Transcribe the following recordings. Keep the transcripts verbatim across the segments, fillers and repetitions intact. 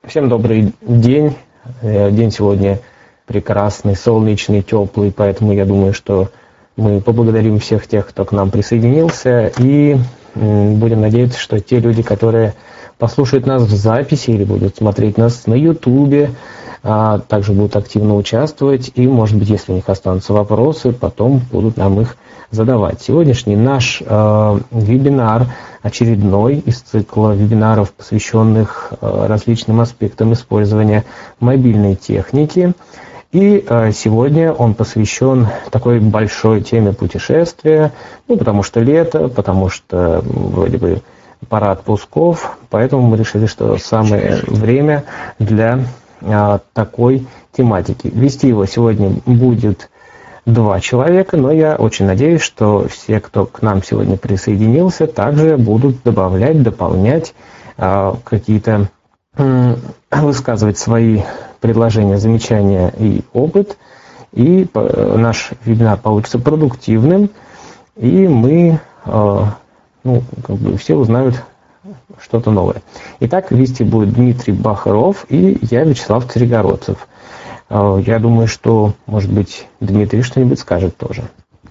Всем добрый день. День сегодня прекрасный, солнечный, теплый, поэтому я думаю, что мы поблагодарим всех тех, кто к нам присоединился, и будем надеяться, что те люди, которые послушают нас в записи или будут смотреть нас на Ютубе, также будут активно участвовать, и, может быть, если у них останутся вопросы, потом будут нам их задавать. Сегодняшний наш э, вебинар очередной из цикла вебинаров, посвященных э, различным аспектам использования мобильной техники. И э, сегодня он посвящен такой большой теме путешествия, ну, потому что лето, потому что вроде бы пора отпусков, поэтому мы решили, что самое время для э, такой тематики. Вести его сегодня будет два человека, но я очень надеюсь, что все, кто к нам сегодня присоединился, также будут добавлять, дополнять э, какие-то, э, высказывать свои предложения, замечания и опыт. И э, наш вебинар получится продуктивным, и мы, э, ну, как бы все узнают что-то новое. Итак, вести будет Дмитрий Бахаров и я, Вячеслав Царегородцев. Я думаю, что, может быть, Дмитрий что-нибудь скажет тоже.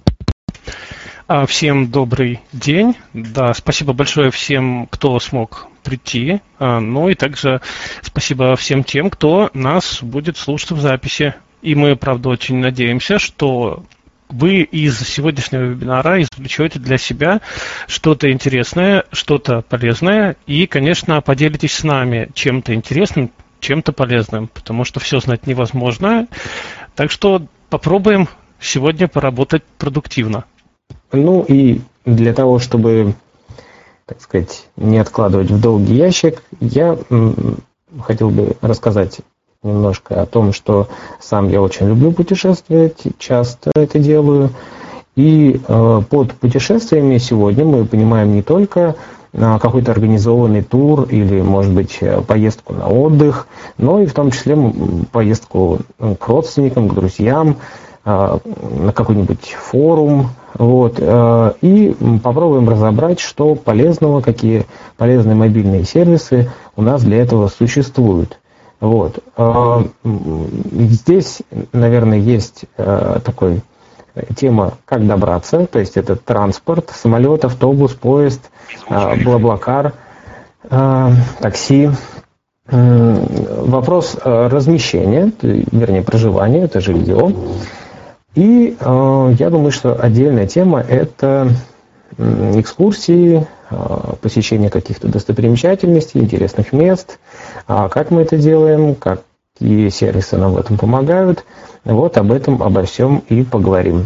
Всем добрый день. Да, спасибо большое всем, кто смог прийти. Ну и также спасибо всем тем, кто нас будет слушать в записи. И мы, правда, очень надеемся, что вы из сегодняшнего вебинара извлечете для себя что-то интересное, что-то полезное. И, конечно, поделитесь с нами чем-то интересным, чем-то полезным, потому что все знать невозможно. Так что попробуем сегодня поработать продуктивно. Ну и для того, чтобы, так сказать, не откладывать в долгий ящик, я м, хотел бы рассказать немножко о том, что сам я очень люблю путешествовать, часто это делаю. И э, под путешествиями сегодня мы понимаем не только какой-то организованный тур или, может быть, поездку на отдых, но и в том числе поездку к родственникам, к друзьям, на какой-нибудь форум. Вот, и попробуем разобрать, что полезного, какие полезные мобильные сервисы у нас для этого существуют. Вот. Здесь, наверное, есть такой тема «Как добраться», то есть это транспорт, самолет, автобус, поезд, блаблакар, такси. Вопрос размещения, вернее проживания, это жилье. И я думаю, что отдельная тема – это экскурсии, посещение каких-то достопримечательностей, интересных мест, как мы это делаем, какие сервисы нам в этом помогают. Вот об этом, обо всем и поговорим.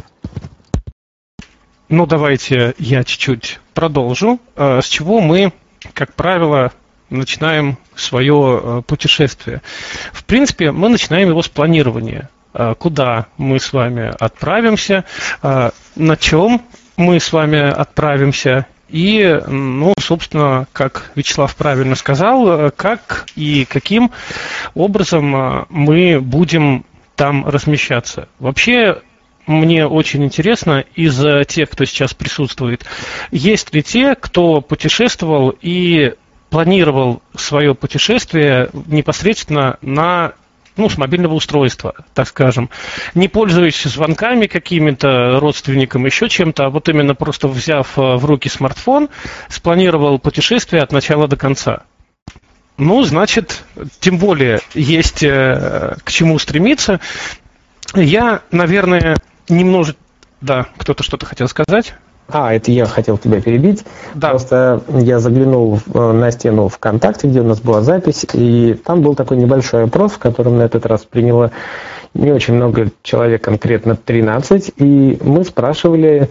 Ну, давайте я чуть-чуть продолжу. С чего мы, как правило, начинаем свое путешествие? В принципе, мы начинаем его с планирования. Куда мы с вами отправимся, на чем мы с вами отправимся. И, ну, собственно, как Вячеслав правильно сказал, как и каким образом мы будем там размещаться. Вообще, мне очень интересно из тех, кто сейчас присутствует, есть ли те, кто путешествовал и планировал свое путешествие непосредственно на, ну, с мобильного устройства, так скажем, не пользуясь звонками какими-то родственникам, еще чем-то, а вот именно просто взяв в руки смартфон, спланировал путешествие от начала до конца. Ну, значит, тем более есть э, к чему стремиться. Я, наверное, немножко... Да, кто-то что-то хотел сказать. А, это я хотел тебя перебить. Да. Просто я заглянул на стену ВКонтакте, где у нас была запись, и там был такой небольшой опрос, в котором на этот раз приняло не очень много человек, конкретно тринадцать, и мы спрашивали,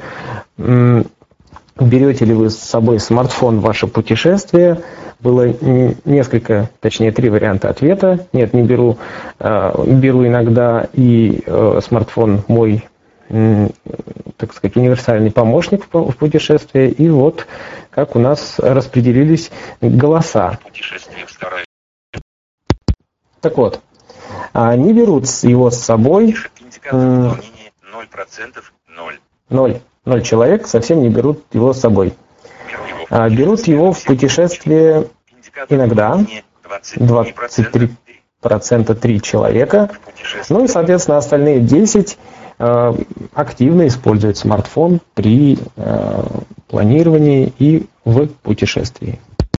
берете ли вы с собой смартфон в ваше путешествие. Было несколько, точнее, три варианта ответа. Нет, не беру. Беру иногда, и смартфон мой, так сказать, универсальный помощник в путешествии. И вот как у нас распределились голоса. Так вот, не берут его с собой. ноль процентов, ноль. Ноль. Ноль человек совсем не берут его с собой. Берут его в путешествие иногда, двадцать три процента три человека. Ну и, соответственно, остальные десять э, активно используют смартфон при э, планировании и в путешествии.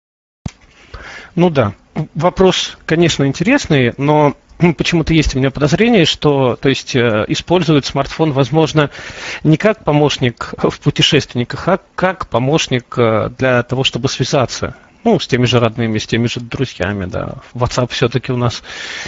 Ну да, вопрос, конечно, интересный, но почему-то есть у меня подозрение, что, то есть, используют смартфон, возможно, не как помощник в путешественниках, а как помощник для того, чтобы связаться, ну, с теми же родными, с теми же друзьями, да. WhatsApp все-таки у нас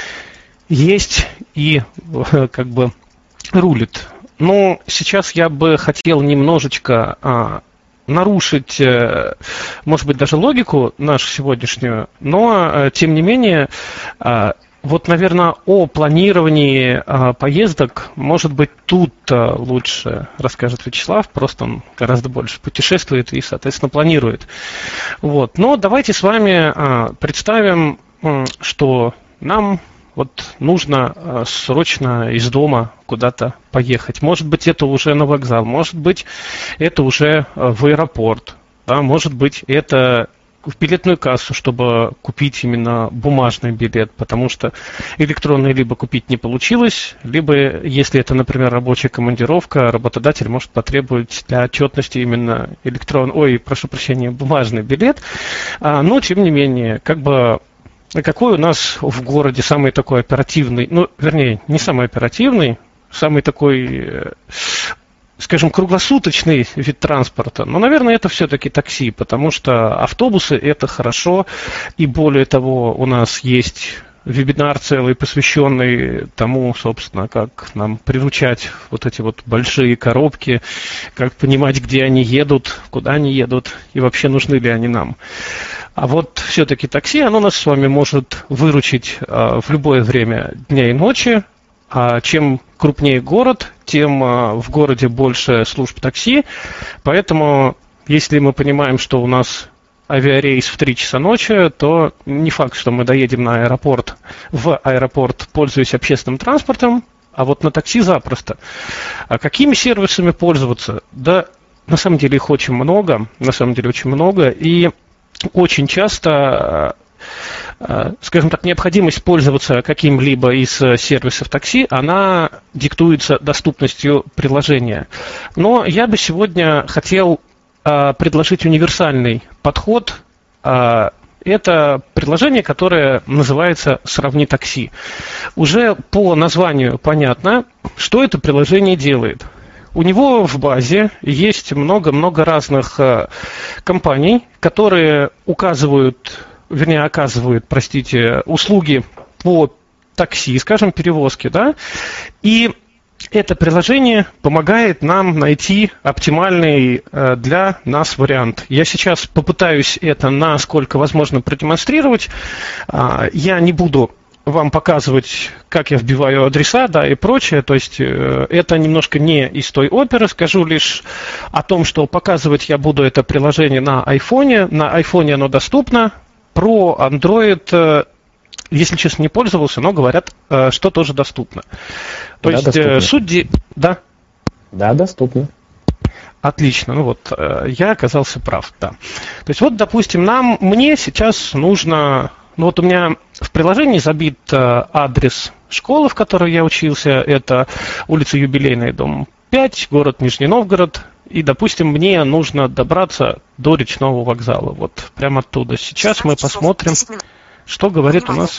есть и как бы рулит. Но сейчас я бы хотел немножечко а, нарушить, может быть, даже логику нашу сегодняшнюю, но, тем не менее, а, вот, наверное, о планировании а, поездок, может быть, тут а, лучше расскажет Вячеслав, просто он гораздо больше путешествует и, соответственно, планирует. Вот. Но давайте с вами а, представим, что нам вот нужно а, срочно из дома куда-то поехать. Может быть, это уже на вокзал, может быть, это уже а, в аэропорт, да, может быть, это в билетную кассу, чтобы купить именно бумажный билет, потому что электронный либо купить не получилось, либо, если это, например, рабочая командировка, работодатель может потребовать для отчетности именно электрон, ой, прошу прощения, бумажный билет. А, но, тем не менее, как бы, какой у нас в городе самый такой оперативный, ну, вернее, не самый оперативный, самый такой, скажем, круглосуточный вид транспорта, но, наверное, это все-таки такси, потому что автобусы – это хорошо, и более того, у нас есть вебинар целый, посвященный тому, собственно, как нам приручать вот эти вот большие коробки, как понимать, где они едут, куда они едут, и вообще нужны ли они нам. А вот все-таки такси, оно нас с вами может выручить а, в любое время дня и ночи. А чем крупнее город, тем а, в городе больше служб такси. Поэтому, если мы понимаем, что у нас авиарейс в три часа ночи, то не факт, что мы доедем на аэропорт, в аэропорт, пользуясь общественным транспортом, а вот на такси запросто. А какими сервисами пользоваться? Да, на самом деле их очень много, на самом деле очень много, и очень часто, скажем так, необходимость пользоваться каким-либо из сервисов такси, она диктуется доступностью приложения. Но я бы сегодня хотел предложить универсальный подход. Это приложение, которое называется «Сравни такси». Уже по названию понятно, что это приложение делает. У него в базе есть много-много разных компаний, которые указывают, вернее, оказывают, простите, услуги по такси, скажем, перевозке, да, и это приложение помогает нам найти оптимальный для нас вариант. Я сейчас попытаюсь это насколько возможно продемонстрировать. Я не буду вам показывать, как я вбиваю адреса, да, и прочее. То есть это немножко не из той оперы. Скажу лишь о том, что показывать я буду это приложение на айфоне. На айфоне оно доступно. Про Android, если честно, не пользовался, но говорят, что тоже доступно. То да, есть доступно. Суть... Да? Да, доступно. Отлично. Ну вот, я оказался прав, да. То есть вот, допустим, нам, мне сейчас нужно... Ну вот у меня в приложении забит адрес школы, в которой я учился. Это улица Юбилейная, дом пять, город Нижний Новгород. И, допустим, мне нужно добраться до речного вокзала. Вот прямо оттуда. Сейчас мы посмотрим, что говорит у нас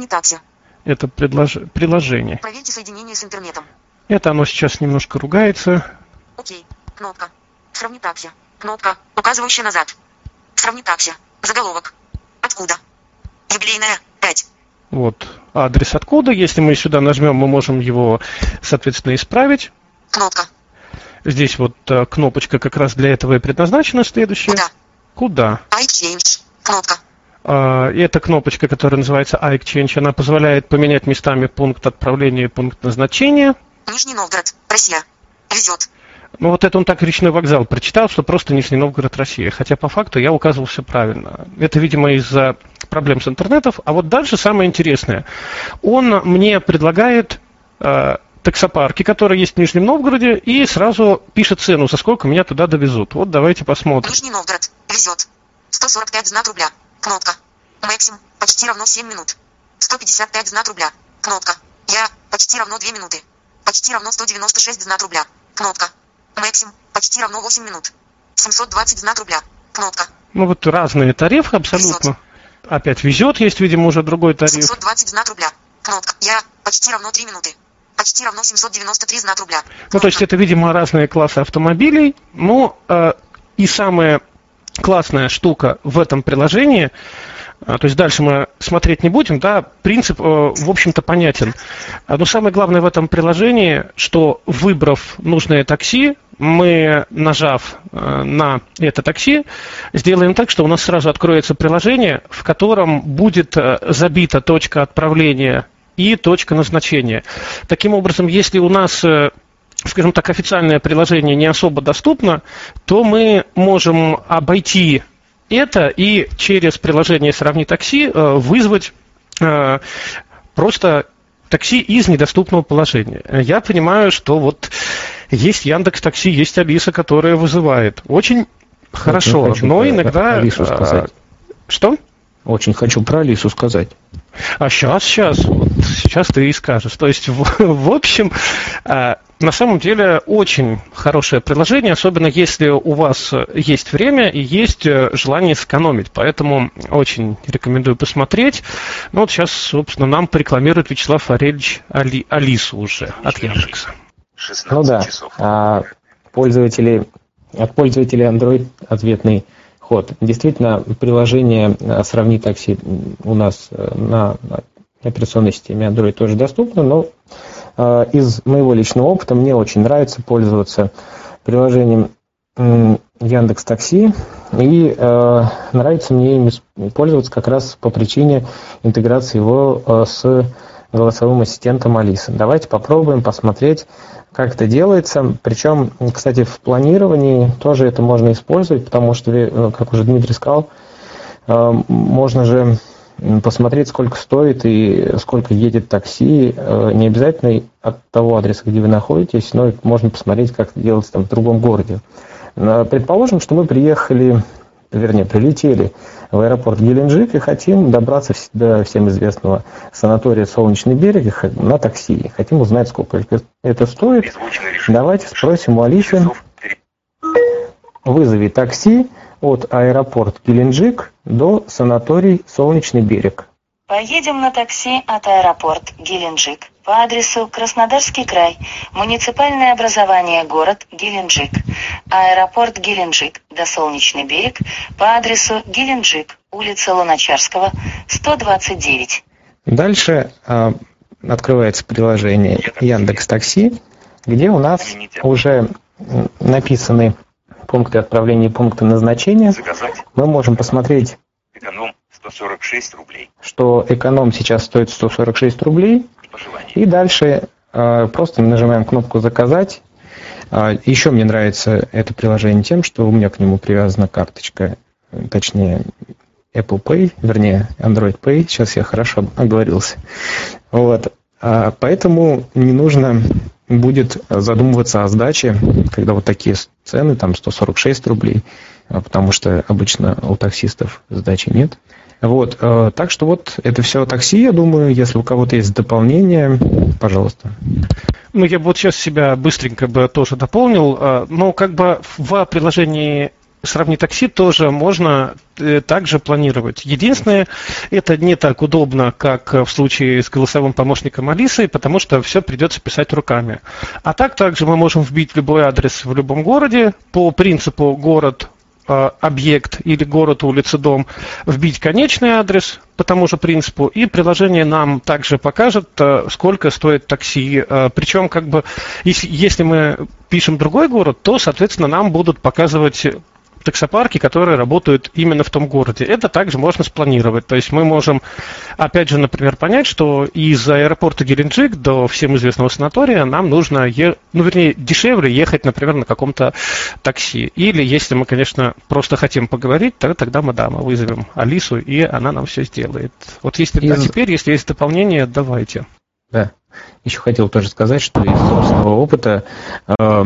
это предлож... приложение. Проверьте соединение с интернетом. Это оно сейчас немножко ругается. Окей. Кнопка. Сравни такси. Кнопка, указывающая назад. Сравни такси. Заголовок. Откуда? Юбилейная, пять. Вот адрес откуда. Если мы сюда нажмем, мы можем его, соответственно, исправить. Кнопка. Здесь вот а, кнопочка как раз для этого и предназначена. Следующая. Куда? Куда? iChange. Кнопка. А, эта кнопочка, которая называется iChange, она позволяет поменять местами пункт отправления и пункт назначения. Нижний Новгород, Россия. Везет. Ну вот это он так речной вокзал прочитал, что просто Нижний Новгород, Россия. Хотя по факту я указывал все правильно. Это, видимо, из-за проблем с интернетом. А вот дальше самое интересное. Он мне предлагает э, таксопарки, которые есть в Нижнем Новгороде, и сразу пишет цену, за сколько меня туда довезут. Вот давайте посмотрим. Нижний Новгород, везет. сто сорок пять знак рубля. Кнопка. Максимум. Почти равно семь минут. сто пятьдесят пять знак рубля. Кнопка. Я. Почти равно две минуты. Почти равно сто девяносто шесть знак рубля. Кнопка. Максим. Почти равно восемь минут. семьсот двадцать знак рубля. Кнопка. Ну вот разные тарифы абсолютно. Везет. Опять везет, есть, видимо, уже другой тариф. семьсот двадцать знак рубля. Кнопка. Я. Почти равно три минуты. Почти равно семьсот девяносто три знак рубля. Кнопка. Ну то есть это, видимо, разные классы автомобилей. Ну э, и самая классная штука в этом приложении, то есть дальше мы смотреть не будем, да, принцип, в общем-то, понятен. Но самое главное в этом приложении, что выбрав нужное такси, мы, нажав на это такси, сделаем так, что у нас сразу откроется приложение, в котором будет забита точка отправления и точка назначения. Таким образом, если у нас, скажем так, официальное приложение не особо доступно, то мы можем обойти это и через приложение «Сравни такси» вызвать просто такси из недоступного положения. Я понимаю, что вот есть Яндекс.Такси, есть Алиса, которая вызывает. Очень хорошо, Очень но иногда... Алису сказать. Что? Очень хочу про Алису сказать. А сейчас, сейчас, вот сейчас ты и скажешь. То есть, в, в общем, э, на самом деле очень хорошее приложение, особенно если у вас есть время и есть желание сэкономить. Поэтому очень рекомендую посмотреть. Ну вот сейчас, собственно, нам порекламирует Вячеслав Валерьевич Али, Алису уже от Яндекса. Ну да, а пользователи, от пользователей Android ответный ход. Действительно, приложение «Сравни такси» у нас на операционной системе Android тоже доступно, но э, из моего личного опыта мне очень нравится пользоваться приложением э, Яндекс.Такси, и э, нравится мне им пользоваться как раз по причине интеграции его э, с голосовым ассистентом Алисы. Давайте попробуем посмотреть, как это делается. Причем, кстати, в планировании тоже это можно использовать, потому что, как уже Дмитрий сказал, можно же посмотреть, сколько стоит и сколько едет такси. Не обязательно от того адреса, где вы находитесь, но можно посмотреть, как это делается там в другом городе. Предположим, что мы приехали, вернее, прилетели в аэропорт Геленджик и хотим добраться до всем известного санатория «Солнечный берег» на такси. Хотим узнать, сколько это стоит. Давайте спросим у Алисы. Вызови такси от аэропорт Геленджик до санаторий «Солнечный берег». Поедем на такси от аэропорт Геленджик по адресу Краснодарский край, муниципальное образование город Геленджик, аэропорт Геленджик до Солнечный берег по адресу Геленджик, улица Луначарского, сто двадцать девять. Дальше э, открывается приложение Яндекс.Такси, где у нас уже написаны пункты отправления и пункты назначения. Мы можем посмотреть, эконом сто сорок шесть рублей. Что эконом сейчас стоит сто сорок шесть рублей. И дальше э, просто нажимаем кнопку «Заказать». Э, еще мне нравится это приложение тем, что у меня к нему привязана карточка, точнее Apple Pay, вернее Android Pay. Сейчас я хорошо оговорился. Вот. А, поэтому не нужно будет задумываться о сдаче, когда вот такие цены, там сто сорок шесть рублей, потому что обычно у таксистов сдачи нет. Вот, э, так что вот это все о такси, я думаю. Если у кого-то есть дополнение, пожалуйста. Ну, я бы вот сейчас себя быстренько бы тоже дополнил. Э, но как бы в приложении «Сравни такси» тоже можно э, также планировать. Единственное, это не так удобно, как в случае с голосовым помощником Алисы, потому что все придется писать руками. А так также мы можем вбить любой адрес в любом городе по принципу город, объект или город, улица, дом, вбить конечный адрес по тому же принципу, и приложение нам также покажет, сколько стоит такси. Причем, как бы, если, если мы пишем другой город, то, соответственно, нам будут показывать таксопарки, которые работают именно в том городе. Это также можно спланировать. То есть мы можем, опять же, например, понять, что из аэропорта Геленджик до всем известного санатория нам нужно, е... ну, вернее, дешевле ехать, например, на каком-то такси. Или, если мы, конечно, просто хотим поговорить, то тогда мы, да, мы вызовем Алису, и она нам все сделает. Вот если из... а теперь, если есть дополнение, давайте. Да. Еще хотел тоже сказать, что из собственного опыта э,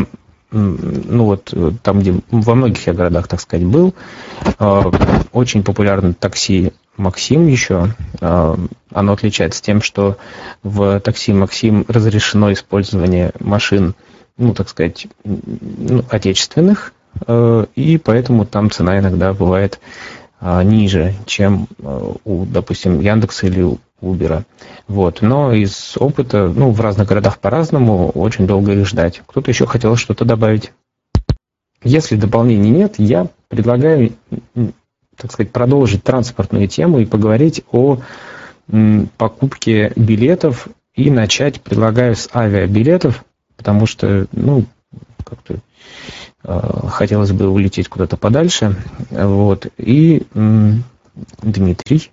ну вот там, где во многих я городах, так сказать, был, очень популярны такси Максим еще. Оно отличается тем, что в такси Максим разрешено использование машин, ну, так сказать, ну, отечественных, и поэтому там цена иногда бывает ниже, чем у, допустим, Яндекса или у Uber. Вот. Но из опыта, ну, в разных городах по-разному, очень долго их ждать. Кто-то еще хотел что-то добавить? Если дополнений нет, я предлагаю, так сказать, продолжить транспортную тему и поговорить о м, покупке билетов, и начать предлагаю с авиабилетов, потому что, ну, как-то э, хотелось бы улететь куда-то подальше. Вот. И м, Дмитрий.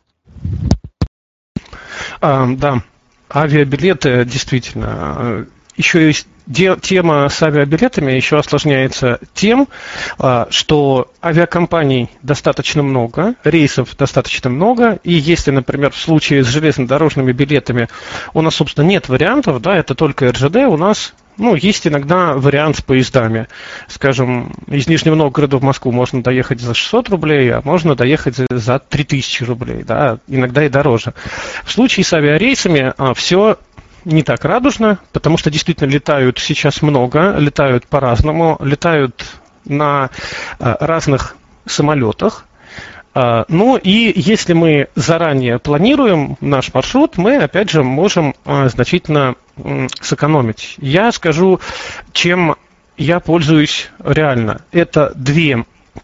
А, да, авиабилеты действительно. Еще есть тема с авиабилетами еще осложняется тем, что авиакомпаний достаточно много, рейсов достаточно много, и если, например, в случае с железнодорожными билетами у нас, собственно, нет вариантов, да, это только эр жэ дэ, у нас, ну, есть иногда вариант с поездами. Скажем, из Нижнего Новгорода в Москву можно доехать за шестьсот рублей, а можно доехать за три тысячи рублей, да, иногда и дороже. В случае с авиарейсами а, все не так радужно, потому что действительно летают сейчас много, летают по-разному, летают на а, разных самолетах. А, ну и если мы заранее планируем наш маршрут, мы опять же можем а, значительно м, сэкономить. Я скажу, чем я пользуюсь реально. Это две,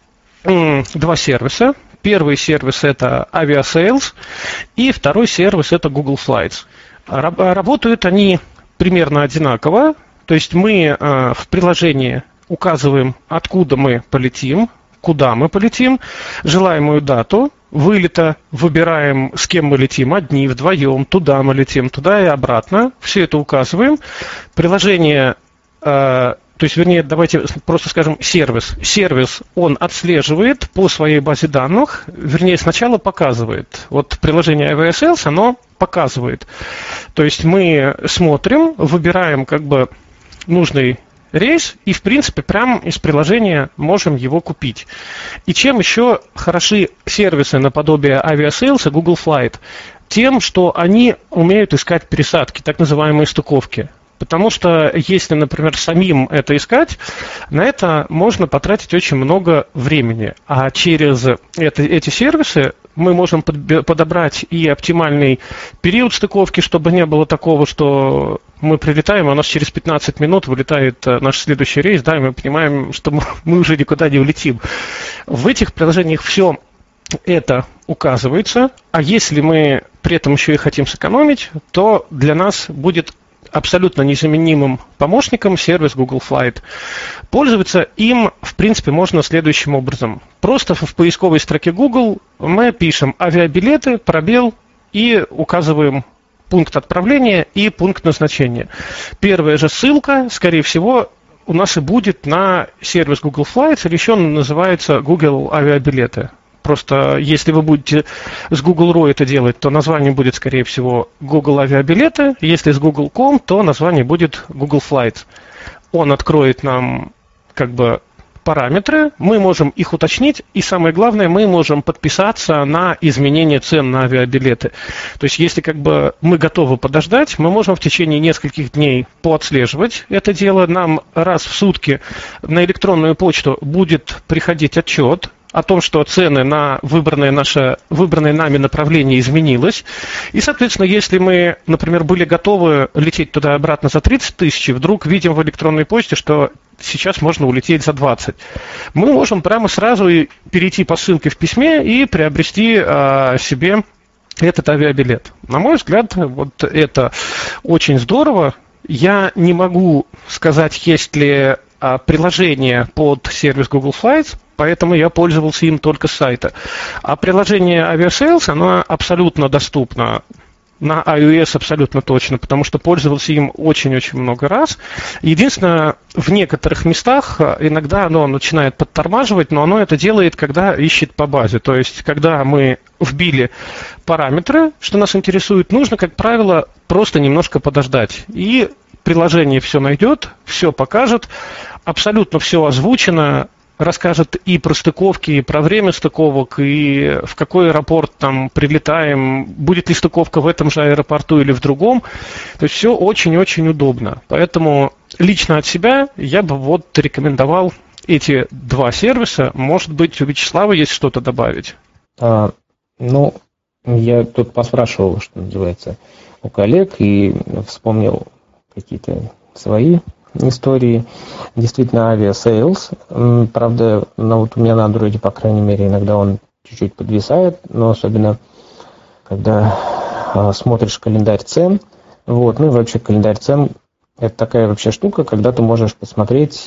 м, два сервиса. Первый сервис это Aviasales, и второй сервис это Google Flights. Работают они примерно одинаково, то есть мы э, в приложении указываем, откуда мы полетим, куда мы полетим, желаемую дату вылета, выбираем, с кем мы летим, одни, вдвоем, туда мы летим, туда и обратно, все это указываем. Приложение, э, то есть, вернее, давайте просто скажем сервис. Сервис, он отслеживает по своей базе данных, вернее, сначала показывает. Вот приложение Aviasales, оно показывает. То есть мы смотрим, выбираем как бы нужный рейс и, в принципе, прямо из приложения можем его купить. И чем еще хороши сервисы наподобие Aviasales и Google Flight? Тем, что они умеют искать пересадки, так называемые стыковки. Потому что если, например, самим это искать, на это можно потратить очень много времени. А через это, эти сервисы мы можем подобрать и оптимальный период стыковки, чтобы не было такого, что мы прилетаем, а у нас через пятнадцать минут вылетает наш следующий рейс, да, и мы понимаем, что мы уже никуда не улетим. В этих приложениях все это указывается, а если мы при этом еще и хотим сэкономить, то для нас будет абсолютно незаменимым помощником сервис Google Flight. Пользоваться им, в принципе, можно следующим образом. Просто в поисковой строке Google мы пишем авиабилеты, пробел и указываем пункт отправления и пункт назначения. Первая же ссылка, скорее всего, у нас и будет на сервис Google Flights, или еще он называется Google авиабилеты. Просто если вы будете с Google точка ру это делать, то название будет, скорее всего, Google авиабилеты. Если с Google точка ком, то название будет Google Flights. Он откроет нам как бы параметры, мы можем их уточнить, и самое главное, мы можем подписаться на изменение цен на авиабилеты. То есть если как бы мы готовы подождать, мы можем в течение нескольких дней поотслеживать это дело. Нам раз в сутки на электронную почту будет приходить отчет о том, что цены на выбранное, наше, выбранное нами направление изменилось. И, соответственно, если мы, например, были готовы лететь туда и обратно за тридцать тысяч, вдруг видим в электронной почте, что сейчас можно улететь за двадцать, мы можем прямо сразу перейти по ссылке в письме и приобрести а, себе этот авиабилет. На мой взгляд, вот это очень здорово. Я не могу сказать, есть ли а, приложение под сервис Google Flights, поэтому я пользовался им только с сайта. А приложение Aviasales, оно абсолютно доступно. На iOS абсолютно точно, потому что пользовался им очень-очень много раз. Единственное, в некоторых местах иногда оно начинает подтормаживать, но оно это делает, когда ищет по базе. То есть, когда мы вбили параметры, что нас интересует, нужно, как правило, просто немножко подождать. И приложение все найдет, все покажет, абсолютно все озвучено. расскажет и про стыковки, и про время стыковок, и в какой аэропорт там прилетаем, будет ли стыковка в этом же аэропорту или в другом. То есть все очень-очень удобно. Поэтому лично от себя я бы вот рекомендовал эти два сервиса. Может быть, у Вячеслава есть что-то добавить? А, ну, я тут поспрашивал, что называется, у коллег и вспомнил какие-то свои истории. Действительно, авиасейлс. Правда, ну, вот у меня на андроиде, по крайней мере, иногда он чуть-чуть подвисает, но особенно, когда а, смотришь календарь цен. Вот, ну и вообще календарь цен – это такая вообще штука, когда ты можешь посмотреть,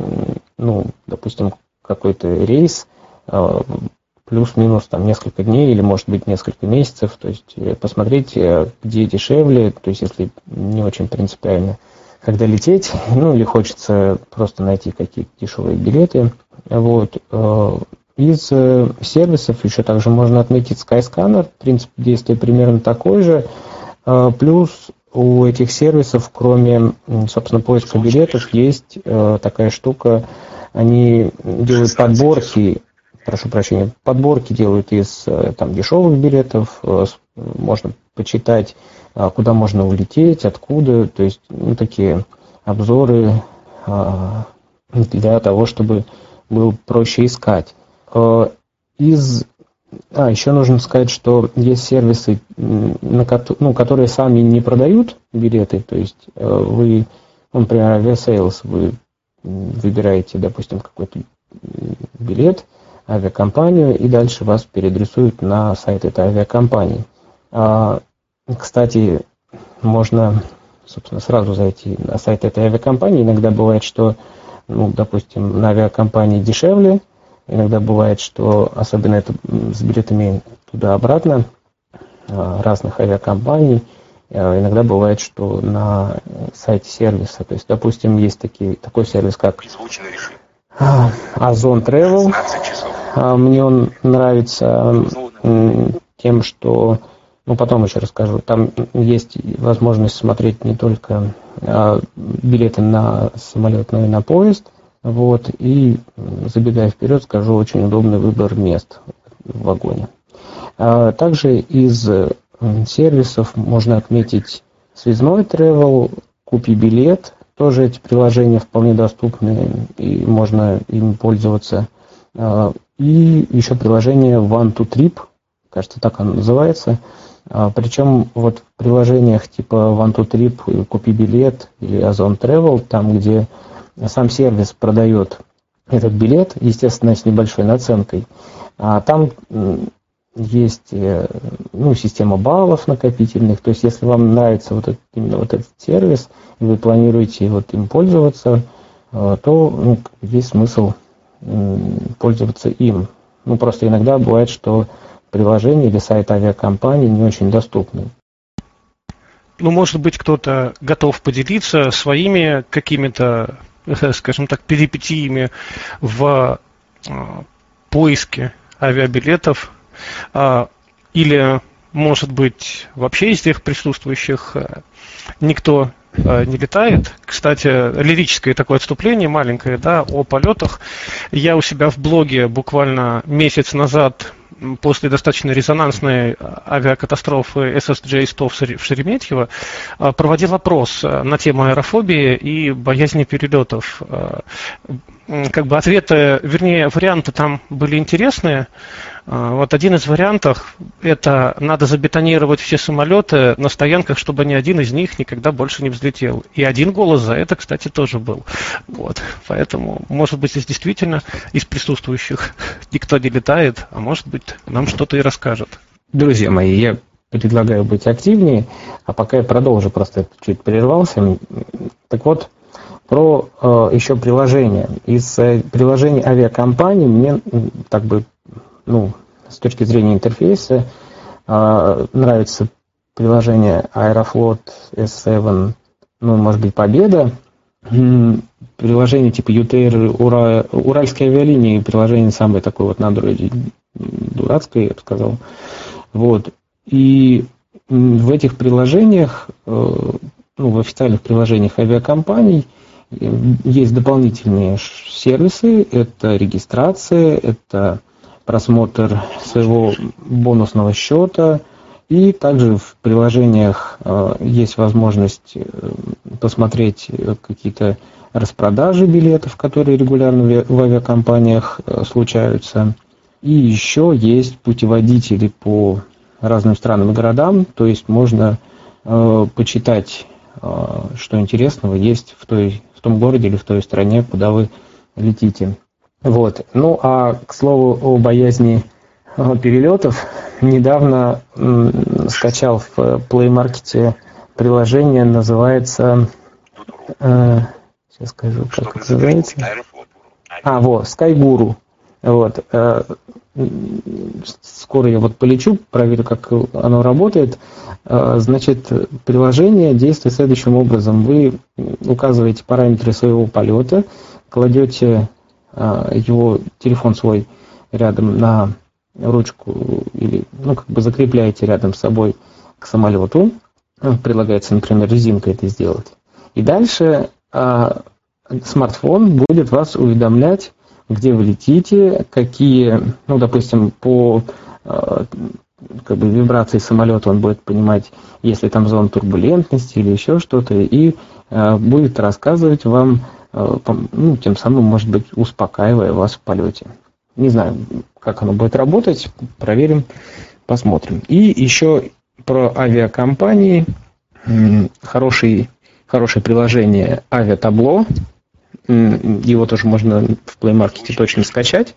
ну, допустим, какой-то рейс а, плюс-минус там несколько дней или, может быть, несколько месяцев, то есть посмотреть, где дешевле, то есть если не очень принципиально, когда лететь, ну или хочется просто найти какие-то дешевые билеты. Вот. Из сервисов еще также можно отметить Skyscanner, принцип действия примерно такой же. Плюс у этих сервисов, кроме, собственно, поиска билетов, есть такая штука, они делают подборки, прошу прощения, подборки делают из там, дешевых билетов, можно почитать, куда можно улететь, откуда, то есть ну, такие обзоры а, для того, чтобы было проще искать. А, из, а, еще нужно сказать, что есть сервисы, на, ну, которые сами не продают билеты, то есть вы, ну, например, авиасейлс, вы выбираете, допустим, какой-то билет, авиакомпанию, и дальше вас переадресуют на сайт этой авиакомпании. А, Кстати, можно, собственно, сразу зайти на сайт этой авиакомпании. Иногда бывает, что, ну, допустим, на авиакомпании дешевле. Иногда бывает, что, особенно это с билетами туда-обратно, разных авиакомпаний, иногда бывает, что на сайте сервиса. То есть, допустим, есть такие, такой сервис, как Озон Travel. Мне он нравится тем, что... Ну, потом еще расскажу. Там есть возможность смотреть не только а, билеты на самолет, но и на поезд. Вот. И, забегая вперед, скажу, очень удобный выбор мест в вагоне. А, также из сервисов можно отметить Связной Travel, Купи билет. Тоже эти приложения вполне доступны, и можно им пользоваться. А, и еще приложение One to Trip, кажется, так оно называется. Причем вот в приложениях типа One to Trip, Купи билет или Озон Travel, там, где сам сервис продает этот билет, естественно, с небольшой наценкой, а там есть, ну, система баллов накопительных. То есть, если вам нравится вот этот, именно вот этот сервис, и вы планируете вот им пользоваться, то, ну, есть смысл пользоваться им. Ну, просто иногда бывает, что приложение или сайт авиакомпании не очень доступны. Ну, может быть, кто-то готов поделиться своими какими-то, скажем так, перипетиями в поиске авиабилетов, или, может быть, вообще из тех присутствующих никто не летает. Кстати, лирическое такое отступление маленькое, да, о полетах. Я у себя в блоге буквально месяц назад, после достаточно резонансной авиакатастрофы эс эс джей сто в Шереметьево, проводил опрос на тему аэрофобии и боязни перелетов. Как бы ответы, вернее, варианты там были интересные. Вот один из вариантов – это надо забетонировать все самолеты на стоянках, чтобы ни один из них никогда больше не взлетел. И один голос за это, кстати, тоже был. Вот. Поэтому, может быть, здесь действительно из присутствующих никто не летает, а может быть, нам что-то и расскажет. Друзья мои, я предлагаю быть активнее, а пока я продолжу, просто чуть прервался. Так вот, про э, еще приложения. Из э, приложений авиакомпаний мне так бы, ну, с точки зрения интерфейса, э, нравится приложение Аэрофлот эс семь, ну, может быть, Победа. Приложение типа ю ти эр, Ура, Уральские авиалинии, приложение самое такое вот на андроиде дурацкое, я бы сказал. Вот. И в этих приложениях, ну, в официальных приложениях авиакомпаний Есть дополнительные сервисы, это регистрация, это просмотр своего бонусного счета, и также в приложениях э, есть возможность посмотреть какие-то распродажи билетов, которые регулярно в авиакомпаниях э, случаются. И еще есть путеводители по разным странам и городам, то есть можно э, почитать, э, что интересного есть в той в том городе или в той стране, куда вы летите. Вот. Ну, а к слову о боязни перелетов, недавно м, скачал в Play Market приложение, называется... Э, сейчас скажу, как это называется. А, вот, SkyGuru. Вот. Э, скоро я вот полечу, проверю, как оно работает. Значит, приложение действует следующим образом. Вы указываете параметры своего полета, кладете его телефон свой рядом на ручку или, ну, как бы закрепляете рядом с собой к самолету. Предлагается, например, резинкой это сделать. И дальше а, смартфон будет вас уведомлять, где вы летите, какие, ну, допустим, по а, как бы вибрации самолета он будет понимать, если там зона турбулентности или еще что-то, и а, будет рассказывать вам, а, ну, тем самым, может быть, успокаивая вас в полете. Не знаю, как оно будет работать, проверим, посмотрим. И еще про авиакомпании. Хороший, хорошее приложение Авиатабло. Его тоже можно в Play Market точно скачать.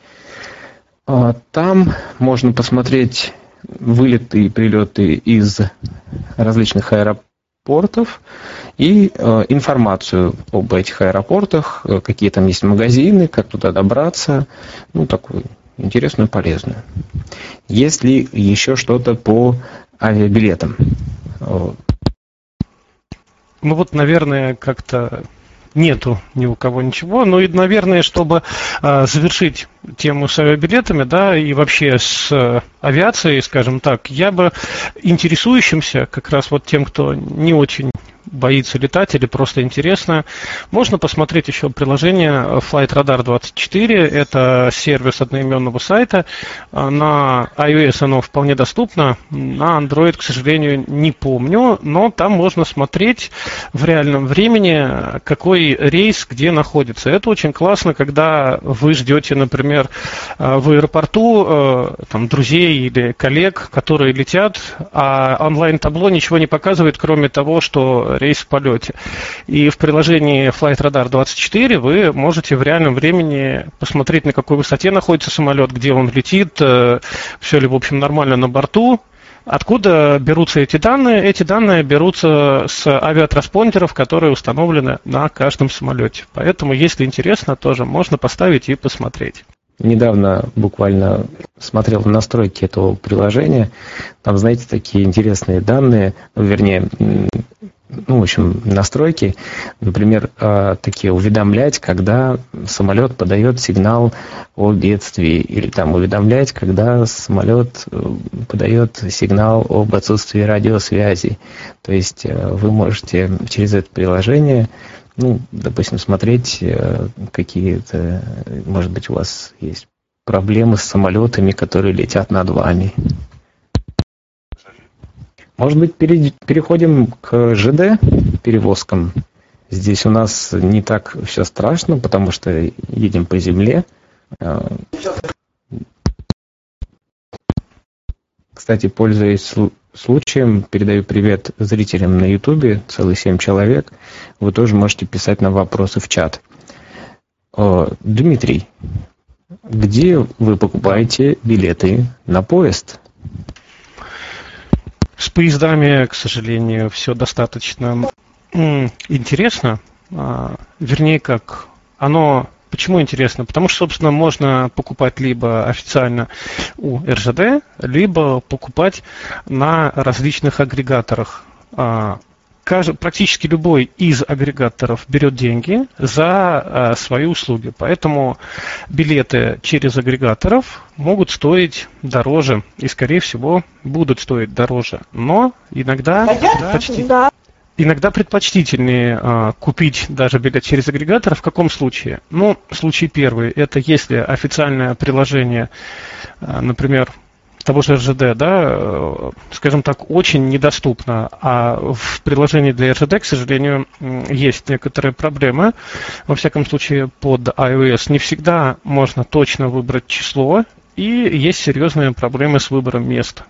Там можно посмотреть вылеты и прилеты из различных аэропортов и информацию об этих аэропортах, какие там есть магазины, как туда добраться. Ну, такую интересную, полезную. Есть ли еще что-то по авиабилетам? Ну вот, наверное, как-то нету ни у кого ничего. Ну и, наверное, чтобы э, завершить тему с авиабилетами, да, и вообще с э, авиацией, скажем так, я бы интересующимся, как раз вот тем, кто не очень боится летать или просто интересно, можно посмотреть еще приложение Flight Radar двадцать четыре. Это сервис одноименного сайта. На iOS оно вполне доступно. На Android, к сожалению, не помню, но там можно смотреть в реальном времени, какой рейс где находится. Это очень классно, когда вы ждете, например, в аэропорту там, друзей или коллег, которые летят, а онлайн-табло ничего не показывает, кроме того, что рейс в полете. И в приложении Flight Radar двадцать четыре вы можете в реальном времени посмотреть, на какой высоте находится самолет, где он летит, все ли, в общем, нормально на борту. Откуда берутся эти данные? Эти данные берутся с авиатранспондеров, которые установлены на каждом самолете. Поэтому, если интересно, тоже можно поставить и посмотреть. Недавно буквально смотрел настройки этого приложения. Там, знаете, такие интересные данные, ну, вернее, ну, в общем, настройки, например, такие уведомлять, когда самолет подает сигнал о бедствии, или там уведомлять, когда самолет подает сигнал об отсутствии радиосвязи. То есть вы можете через это приложение, ну, допустим, смотреть какие-то, может быть, у вас есть проблемы с самолетами, которые летят над вами. Может быть, переходим к ЖД перевозкам. Здесь у нас не так все страшно, потому что едем по земле. Кстати, пользуясь случаем, передаю привет зрителям на Ютубе, целых семь человек. Вы тоже можете писать нам вопросы в чат. Дмитрий, где вы покупаете билеты на поезд? С поездами, к сожалению, все достаточно интересно. Вернее, как оно... Почему интересно? Потому что, собственно, можно покупать либо официально у эр жэ дэ, либо покупать на различных агрегаторах. Практически любой из агрегаторов берет деньги за свои услуги. Поэтому билеты через агрегаторов могут стоить дороже и, скорее всего, будут стоить дороже. Но иногда, да, почти, иногда предпочтительнее а, купить даже билет через агрегатор. В каком случае? Ну, случай первый. Это если официальное приложение, а, например, того же эр жэ дэ, да, скажем так, очень недоступно. А в приложении для эр жэ дэ, к сожалению, есть некоторые проблемы. Во всяком случае, под iOS не всегда можно точно выбрать число, и есть серьезные проблемы с выбором места.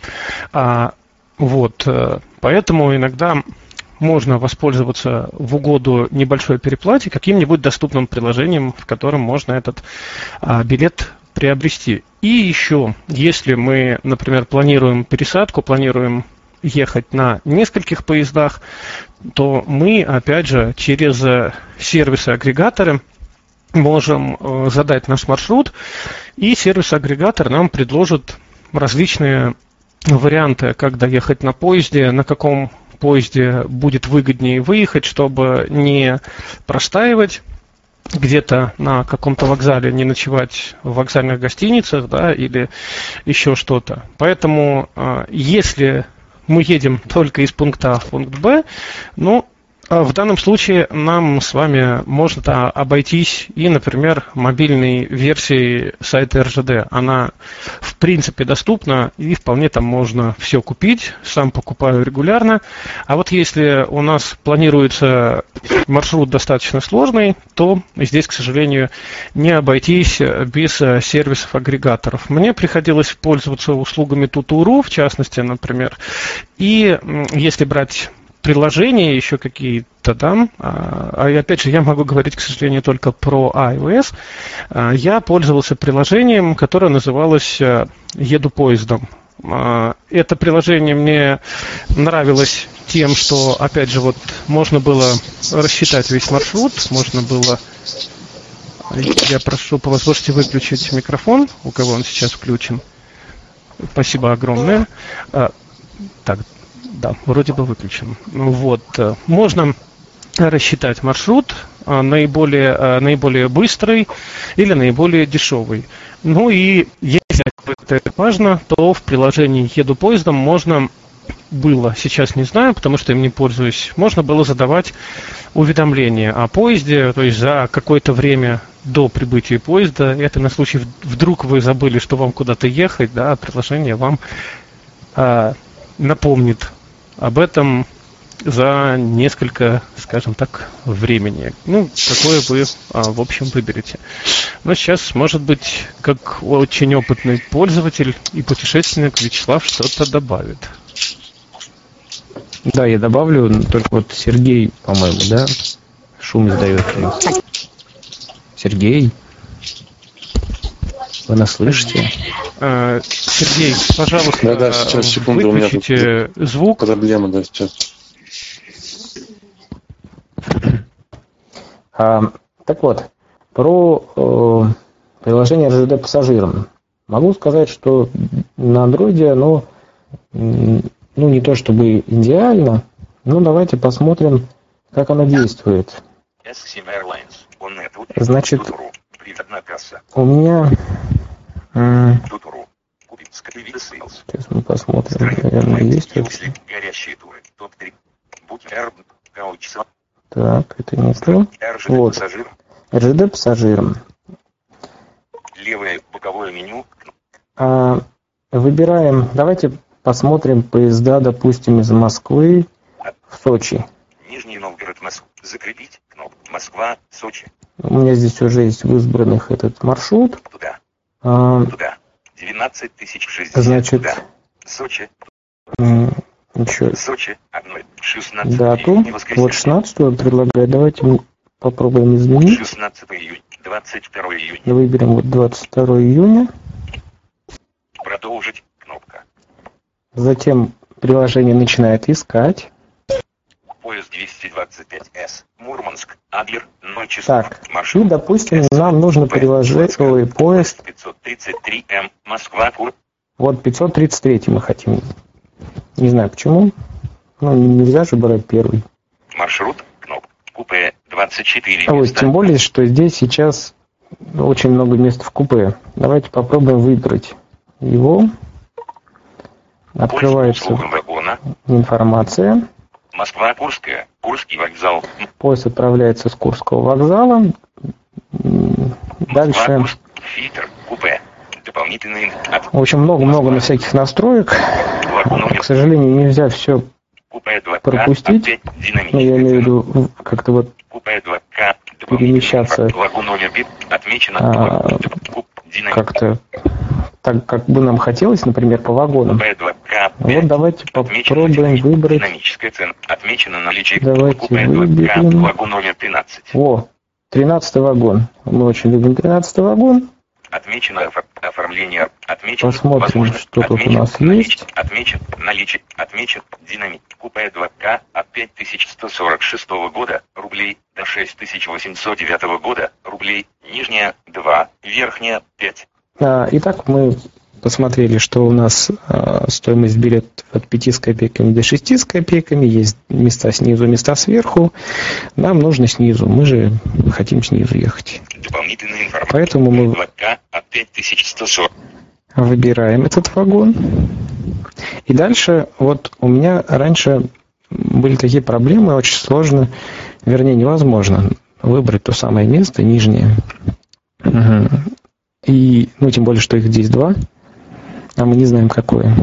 А, вот, поэтому иногда можно воспользоваться в угоду небольшой переплате каким-нибудь доступным приложением, в котором можно этот а, билет приобрести. И еще, если мы, например, планируем пересадку, планируем ехать на нескольких поездах, то мы, опять же, через сервисы-агрегаторы можем задать наш маршрут, и сервис-агрегатор нам предложит различные варианты, как доехать на поезде, на каком поезде будет выгоднее выехать, чтобы не простаивать где-то на каком-то вокзале, не ночевать в вокзальных гостиницах, да, или еще что-то. Поэтому, если мы едем только из пункта А в пункт Б, ну, в данном случае нам с вами можно обойтись и, например, мобильной версией сайта эр жэ дэ. Она, в принципе, доступна, и вполне там можно все купить. Сам покупаю регулярно. А вот если у нас планируется маршрут достаточно сложный, то здесь, к сожалению, не обойтись без сервисов-агрегаторов. Мне приходилось пользоваться услугами Tutu.ru, в частности, например. И если брать приложения еще какие-то там, а опять же я могу говорить, к сожалению, только про iOS, я пользовался приложением, которое называлось «Еду поездом». Это приложение мне нравилось тем, что, опять же, вот можно было рассчитать весь маршрут, можно было... Я прошу по возможности выключить микрофон, у кого он сейчас включен. Спасибо огромное. Так, да, вроде бы выключен. Вот. Можно рассчитать маршрут наиболее, наиболее быстрый или наиболее дешевый. Ну и если это важно, то в приложении «Еду поездом» можно было, сейчас не знаю, потому что им не пользуюсь, можно было задавать уведомления о поезде, то есть за какое-то время до прибытия поезда. Это на случай, вдруг вы забыли, что вам куда-то ехать, да, приложение вам а, напомнит об этом за несколько, скажем так, времени. Ну, какое вы, а, в общем, выберете. Но сейчас, может быть, как очень опытный пользователь и путешественник, Вячеслав что-то добавит. Да, я добавлю, только вот Сергей, по-моему, да, шум издает. Сергей, вы нас слышите? А, Сергей, пожалуйста, да, да, сейчас, секунду, выключите у меня тут звук. Проблема, да, сейчас. А, так вот, про э, приложение эр жэ дэ пассажирам. Могу сказать, что на андроиде, ну, ну, не то чтобы идеально, но давайте посмотрим, как оно действует. Значит, у меня... М- сейчас мы посмотрим, наверное, есть вообще. Так, это не то. Вот. эр жэ дэ пассажирам. Левое боковое меню. А, выбираем, давайте посмотрим поезда, допустим, из Москвы в Сочи. Нижний Новгород, Москва. Закрепить кнопку. Москва, Сочи. У меня здесь уже есть в избранных этот маршрут. Туда. А, Туда. двенадцать тысяч шестьдесят. Значит, туда. Сочи. М- Ничего. Сочи. шестнадцатое Дату. Вот шестнадцатого предлагаю. Давайте мы попробуем изменить. шестнадцатое июня. двадцать второе июня. Выберем вот двадцать второго июня. Продолжить. Кнопка. Затем приложение начинает искать. Поезд двести двадцать пять эс. Мурманск. Адлер. ноль часов. Так, и, допустим, нам нужно приложить ой, поезд. пятьсот тридцать три эм. Москва. Курск. Вот пятьсот тридцать три мы хотим. Не знаю почему. Ну, нельзя же брать первый. Маршрут. Кнопка. Купе. двадцать четыре А вот, места. тем более, что здесь сейчас очень много мест в купе. Давайте попробуем выбрать его. Открывается информация. Москва-Курская. Курский вокзал. Поезд отправляется с Курского вокзала. М, Дальше, Москва-Курск. Фильтр. Купе. Дополнительные... От... в общем, много-много на всяких настроек. Вагон К сожалению, нельзя все Купе два К. пропустить. Опять Но динамическая я имею в цена. виду как-то вот Купе два К. перемещаться Вагон номер пять. Отмечено. а, Куп- динамик. как-то так, как бы нам хотелось, например, по вагонам. Купе два К. Вот давайте Отмечено попробуем динамическая- выбрать. Динамическая цена. Отмечено наличие Давайте купе два К. выберем. Вагон номер тринадцать. О, тринадцатый вагон. Мы очень любим тринадцатый вагон. Отмечено офор- оформление. Отмечено. Посмотрим, возможно, что тут у отмечен нас наличие- есть. Отмечен наличие. Отмечен динамик. Купе два К от пять тысяч сто сорок шестого года рублей до шесть тысяч восемьсот девятого года рублей. Нижняя два. Верхняя пять. А, итак, мы посмотрели, что у нас а, стоимость билетов от пяти с копейками до шести с копейками. Есть места снизу, места сверху. Нам нужно снизу. Мы же хотим снизу ехать. Дополнительная информация. Поэтому мы два К от пять тысяч сто сорок. выбираем этот вагон. И дальше, вот у меня раньше были такие проблемы, очень сложно, вернее, невозможно выбрать то самое место, нижнее. Угу. И, ну, тем более, что их здесь два, а мы не знаем, какое.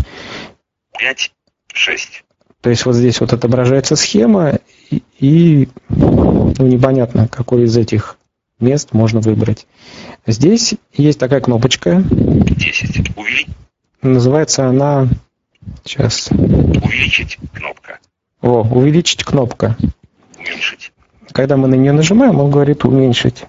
пять. шесть. То есть вот здесь вот отображается схема, и, и ну, непонятно, какое из этих мест можно выбрать. Здесь есть такая кнопочка, десять. Увеличить. называется она, сейчас, Увеличить. Кнопка. о, увеличить кнопка. Уменьшить. Когда мы на нее нажимаем, он говорит уменьшить.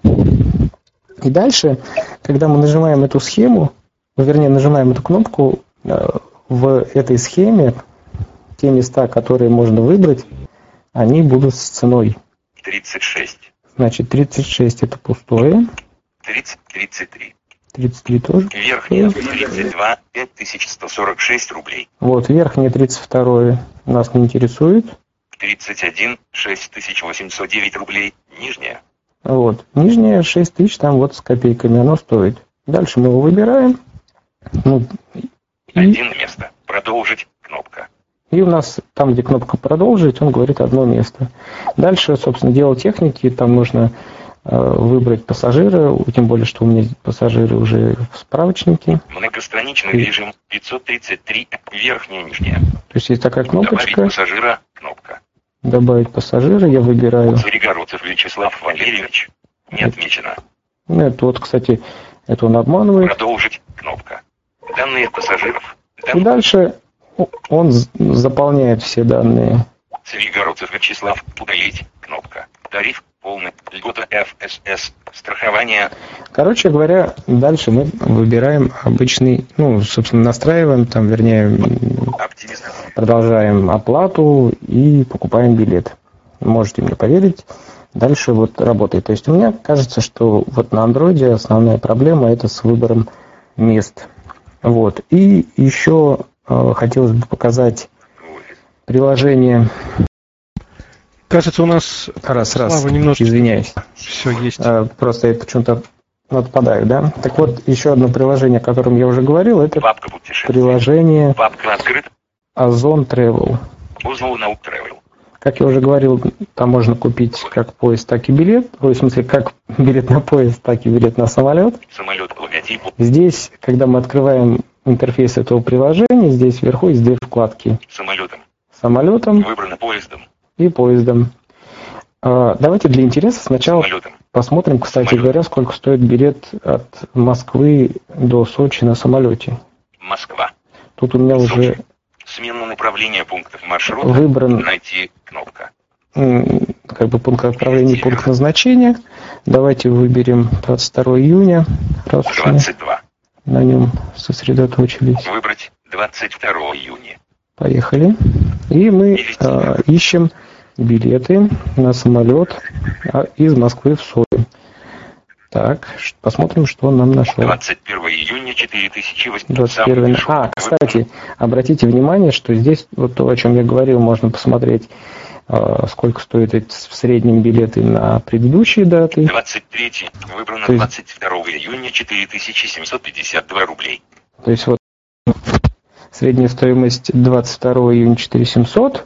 И дальше, когда мы нажимаем эту схему, ну, вернее, нажимаем эту кнопку, э, в этой схеме те места, которые можно выбрать, они будут с ценой. тридцать шесть. Значит, тридцать шесть это пустое, тридцать. тридцать три. тридцать три тоже. Верхняя тридцать два. пять тысяч сто сорок шесть рублей. Вот, верхнее тридцать два нас не интересует. тридцать один. шесть тысяч восемьсот девять рублей. Нижняя. Вот, нижнее шесть тысяч, там вот с копейками оно стоит. Дальше мы его выбираем. Ну, и, Один место. Продолжить. Кнопка. и у нас там, где кнопка «Продолжить», он говорит одно место. Дальше, собственно, дело техники. Там нужно э, выбрать пассажира, тем более, что у меня пассажиры уже в справочнике. Многостраничный И- режим. пятьсот тридцать три. Верхняя, нижняя. То есть есть такая Добавить кнопочка пассажира. Кнопка. «Добавить пассажира». Я выбираю. Царегородцев Вячеслав Валерьевич. Не отмечено. Ну, это вот, кстати, это он обманывает. Продолжить. Кнопка. Данные пассажиров. И Дан... дальше он з- заполняет все данные. Царегородцев Вячеслав. Удалить. Кнопка. Тариф. Полный. Льгота эф эс эс. Страхование. Короче говоря, дальше мы выбираем обычный, ну, собственно, настраиваем, там, вернее, м, Оптимизм. продолжаем оплату и покупаем билет. Можете мне поверить, дальше вот работает. То есть у меня кажется, что вот на андроиде основная проблема это с выбором мест. Вот. И еще э, хотелось бы показать приложение. Кажется, у нас Раз, раз, Слава немножко- извиняюсь. все есть. Э, Просто я почему-то отпадаю, да? Так вот, еще одно приложение, о котором я уже говорил, это Папка путешествий. приложение Папка открыта. Озон Travel. Узнал наук Travel. Как я уже говорил, там можно купить как поезд, так и билет. Ой, в смысле, как билет на поезд, так и билет на самолет. Самолет логотип. Здесь, когда мы открываем интерфейс этого приложения, здесь вверху есть две вкладки. Самолетом. Самолетом Выбрано поездом. и поездом. А, Давайте для интереса сначала Самолетом. посмотрим, кстати Самолет. говоря, сколько стоит билет от Москвы до Сочи на самолете. Москва. Тут у меня Сочи. уже Смена направления пунктов маршрута. выбран Найти. Кнопка. м, как бы пункт отправления, пункт назначения. Давайте выберем двадцать второго июня, раз уж мы двадцать два. на нем сосредоточились. Выбрать двадцать второго июня. Поехали. И мы э, ищем билеты на самолет а, из Москвы в Сочи. Так, ш- посмотрим, что он нам нашел. двадцать первого июня четыре тысячи восемьсот. двадцать первого. А, кстати, обратите внимание, что здесь, вот то, о чем я говорил, можно посмотреть, э, сколько стоят эти в среднем билеты на предыдущие даты. двадцать третий. Выбрано То есть- двадцать второго июня четыре тысячи семьсот пятьдесят два рублей. То есть вот средняя стоимость двадцать второго июня четыре тысячи семьсот,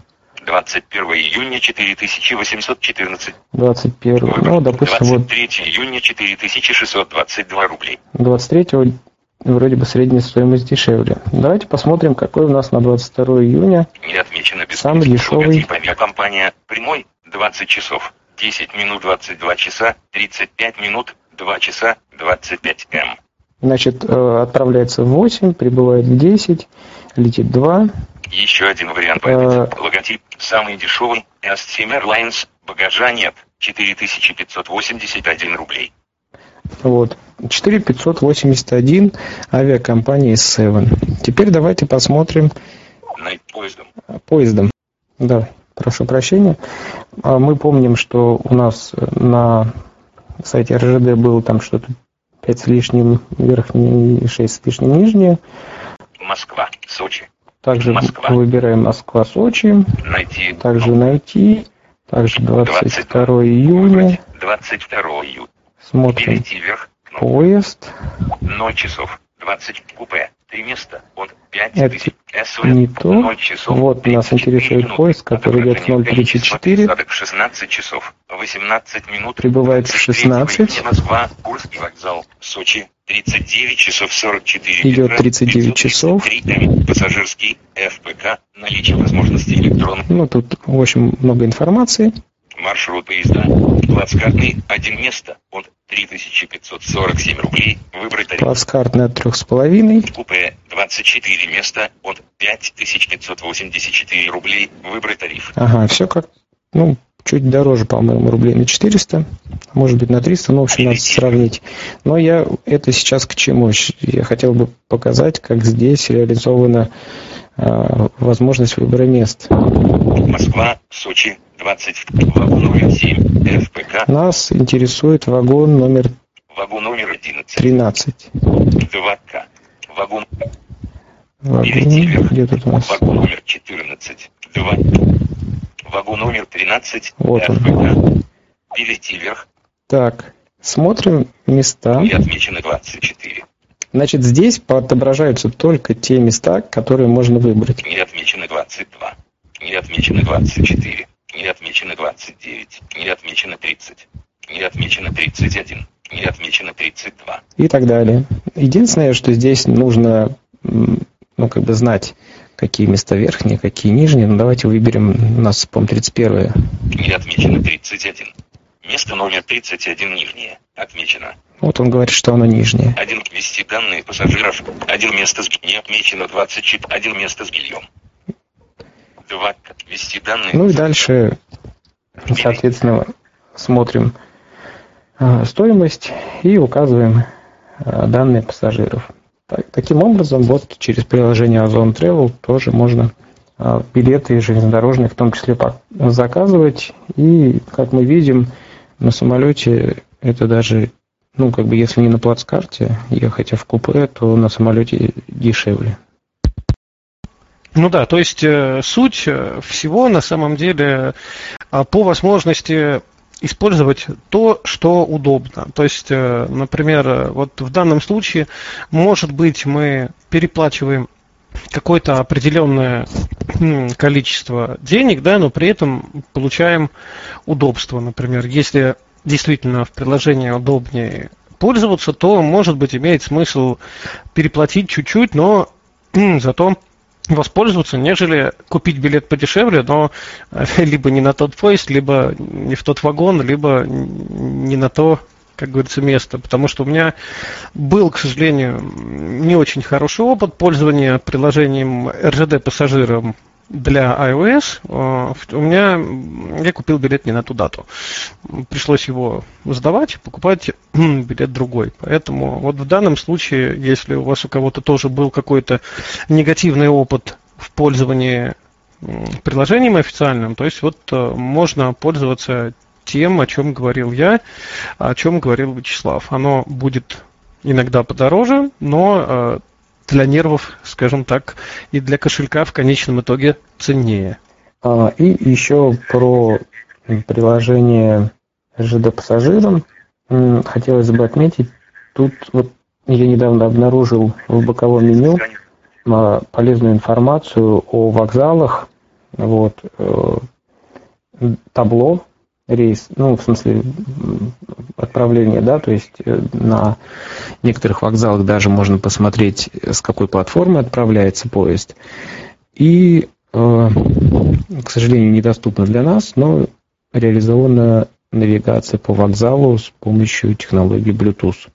двадцать первого июня четыре тысячи восемьсот четырнадцать. двадцать первого. Выбор. Ну, допустим, вот двадцать третьего июня четыре тысячи шестьсот двадцать два рублей. двадцать третьего вроде бы средняя стоимость дешевле. Давайте посмотрим, какой у нас на двадцать второго июня Не отмечено без самый пункта дешевый. логотипа авиакомпания «Прямой» двадцать часов, десять минут двадцать два часа, тридцать пять минут, два часа, двадцать пять м. Значит, э, отправляется в восемь, прибывает в десять, летит два. Еще один вариант выбрать. Логотип самый дешевый. эс семь Airlines. Багажа нет. четыре тысячи пятьсот восемьдесят один рублей. Вот. четыре тысячи пятьсот восемьдесят один авиакомпании эс семь. Теперь давайте посмотрим На поездом. поездом. Да, прошу прощения. А Мы помним, что у нас на сайте эр жэ дэ было там что-то пять с лишним верхнее и шесть с лишним нижнее. Москва. Сочи. Также Москва. выбираем Москва-Сочи. Найти. Также найти. Также двадцать второго июня. двадцать второго июня. Смотрим Перейти вверх. Кнопка. поезд. ноль часов. двадцать купе. три места. От пять Это тысяч. СВ. не то. ноль часов. Вот нас тридцать четыре интересует минуты. поезд, который идет в ноль тридцать четыре. Посадок шестнадцать часов. восемнадцать минут. Прибывает в двадцать третьего шестнадцать. июня Москва. Курский вокзал. Сочи. тридцать девять часов сорок четыре Идет метра, тридцать девять часов. пятьсот тридцать три эм. Пассажирский. эф пэ ка. Наличие возможности электронных. Ну, тут, в общем, много информации. Маршрут поезда. Плацкартный. Один место. От три тысячи пятьсот сорок семь рублей. Выбрать тариф. Плацкартный от трех с половиной. Купе. двадцать четыре места. От пять тысяч пятьсот восемьдесят четыре рублей. Выбрать тариф. Ага, все как, ну, чуть дороже, по-моему, рублей на четыреста. Может быть, на триста. Ну, в общем, надо сравнить. Но я это сейчас к чему? Я хотел бы показать, как здесь реализована э, возможность выбора мест. Москва. Сочи. двадцать вагон номер семь. эф пэ ка. Нас интересует вагон номер Вагон номер одиннадцать. тринадцать. два ка. Вагон. Вагон, Перейти вверх. где тут у нас? Вагон номер четырнадцать. два. Вагон номер тринадцать. Вот он. эф пэ ка. Перейти вверх. Так, смотрим места. И отмечено двадцать четыре. Значит, здесь отображаются только те места, которые можно выбрать. Не отмечено двадцать два. Не отмечено двадцать четыре. Не отмечено двадцать девять. Не отмечено тридцать. Не отмечено тридцать один. Не отмечено тридцать два. И так далее. Единственное, что здесь нужно, м, ну, как бы знать, какие места верхние, какие нижние. Ну, давайте выберем, у нас, по-моему, тридцать первое. Не отмечено тридцать один. Место номер тридцать один нижнее. Отмечено. Вот он говорит, что оно нижнее. Один. Ввести данные пассажиров. Один место с... Не отмечено двадцать четыре. Один место с бельем. Два. Ввести данные. Ну и дальше, соответственно, смотрим э, стоимость и указываем э, данные пассажиров. Так, таким образом, вот через приложение Озон Travel тоже можно э, билеты железнодорожные в том числе пок- заказывать. И, как мы видим, на самолете это даже, ну, как бы, если не на плацкарте ехать, а в купе, то на самолете дешевле. Ну да, то есть э, суть э, всего на самом деле э, по возможности использовать то, что удобно. То есть, э, например, э, вот в данном случае, может быть, мы переплачиваем какое-то определенное м, количество денег, да, но при этом получаем удобство. Например, если действительно в приложении удобнее пользоваться, то, может быть, имеет смысл переплатить чуть-чуть, но м, зато воспользоваться, нежели купить билет подешевле, но либо не на тот поезд, либо не в тот вагон, либо не на то, как говорится, место. Потому что у меня был, к сожалению, не очень хороший опыт пользования приложением эр жэ дэ пассажиром для iOS. У меня я купил билет не на ту дату. Пришлось его сдавать, покупать билет другой. Поэтому вот в данном случае, если у вас у кого-то тоже был какой-то негативный опыт в пользовании приложением официальным, то есть вот можно пользоваться тем, о чем говорил я, о чем говорил Вячеслав. Оно будет иногда подороже, но для нервов, скажем так, и для кошелька в конечном итоге ценнее. А, и еще про приложение эр жэ дэ пассажирам хотелось бы отметить. Тут вот я недавно обнаружил в боковом меню полезную информацию о вокзалах Вот. Табло, рейс, ну, в смысле, отправление, да, то есть на некоторых вокзалах даже можно посмотреть, с какой платформы отправляется поезд. И, к сожалению, недоступно для нас, но реализована навигация по вокзалу с помощью технологии Bluetooth.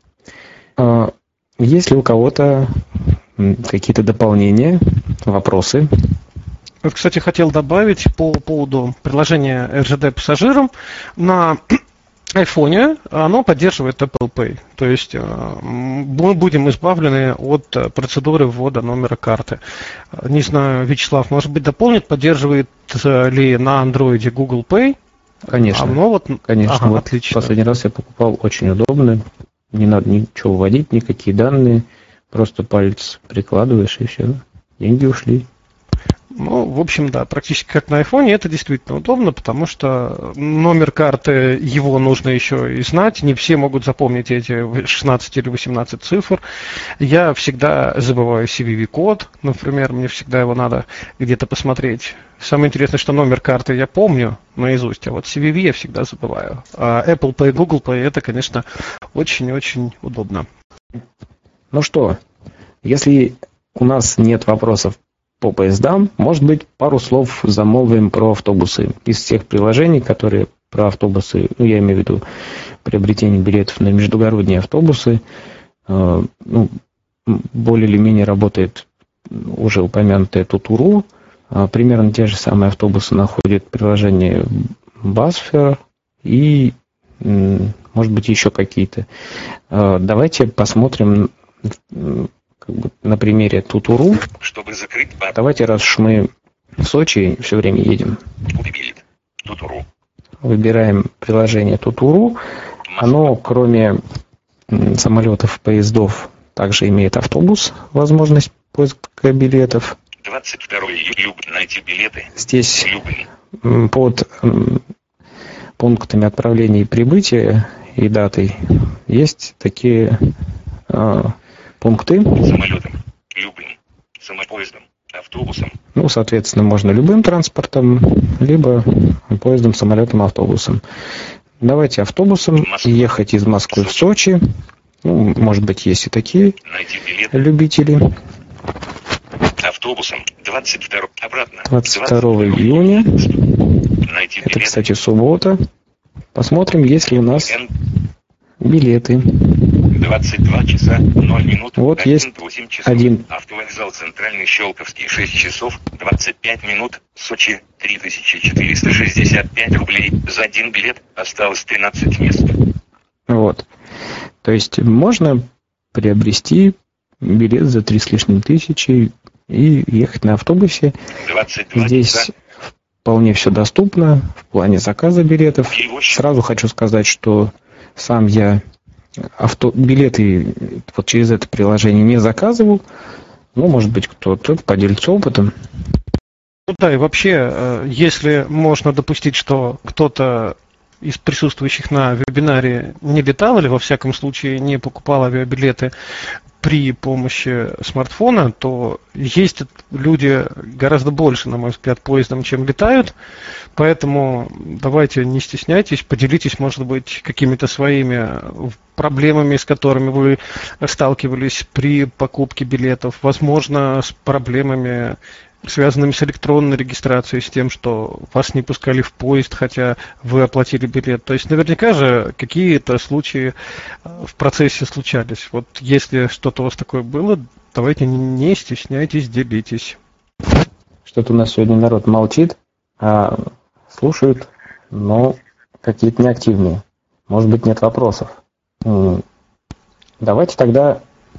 Есть ли у кого-то какие-то дополнения, вопросы? Вот, кстати, хотел добавить по поводу приложения эр жэ дэ пассажирам. На айфоне оно поддерживает Apple Pay. То есть мы будем избавлены от процедуры ввода номера карты. Не знаю, Вячеслав, может быть, дополнит, поддерживает ли на Android Google Pay? Конечно. Оно вот... Конечно. Ага, вот отлично. Последний раз я покупал, очень удобно. Не надо ничего вводить, никакие данные. Просто палец прикладываешь, и все. Деньги ушли. Ну, в общем, да, практически как на айфоне, это действительно удобно, потому что номер карты, его нужно еще и знать. Не все могут запомнить эти шестнадцать или восемнадцать цифр. Я всегда забываю си ви ви-код, например, мне всегда его надо где-то посмотреть. Самое интересное, что номер карты я помню наизусть, а вот си ви ви я всегда забываю. А Apple Pay, Google Pay, это, конечно, очень-очень удобно. Ну что, если у нас нет вопросов по поездам, может быть, пару слов замолвим про автобусы. Из всех приложений, которые про автобусы, ну, я имею в виду приобретение билетов на междугородние автобусы, э, ну, более или менее работает уже упомянутая Тутуру. Э, примерно те же самые автобусы находят приложение Busfare и, э, может быть, еще какие-то. Э, давайте посмотрим как бы на примере Тутуру. Чтобы закрыть бар. Давайте, раз уж мы в Сочи все время едем. Купи билет. Тутуру. Выбираем приложение Тутуру. Оно, кроме самолетов, поездов, также имеет автобус, возможность поиска билетов. двадцать второго июля. Найти билеты. Здесь Любые. под пунктами отправления и прибытия и датой есть такие пункты. Самолетом, любым, самопоездом, автобусом. Ну, соответственно, можно любым транспортом, либо поездом, самолетом, автобусом. Давайте автобусом ехать из Москвы в Сочи. Ну, может быть, есть и такие Найти билет. любители. Автобусом двадцать второго обратно. двадцать второго июня. Найти Это, билет. кстати, суббота. Посмотрим, есть ли у нас билеты. двадцать два часа ноль минут. Вот есть восемь часов. один. Автовокзал Центральный Щелковский шесть часов двадцать пять минут. Сочи три тысячи четыреста шестьдесят пять рублей за один билет. Осталось тринадцать мест. Вот. То есть можно приобрести билет за три с лишним тысячи и ехать на автобусе. двадцать два Здесь часа. вполне все доступно в плане заказа билетов. Сразу хочу сказать, что сам я авто, билеты вот через это приложение не заказывал. Ну, может быть, кто-то поделится опытом. Ну да, и вообще, если можно допустить, что кто-то из присутствующих на вебинаре не летал или, во всяком случае, не покупал авиабилеты при помощи смартфона, то есть люди гораздо больше, на мой взгляд, поездом, чем летают. Поэтому давайте не стесняйтесь, поделитесь, может быть, какими-то своими проблемами, с которыми вы сталкивались при покупке билетов. Возможно, с проблемами, связанными с электронной регистрацией, с тем, что вас не пускали в поезд, хотя вы оплатили билет. То есть наверняка же какие-то случаи в процессе случались. Вот если что-то у вас такое было, давайте не стесняйтесь, делитесь. Что-то у нас сегодня народ молчит, а слушают, но какие-то неактивные. Может быть, нет вопросов. Давайте тогда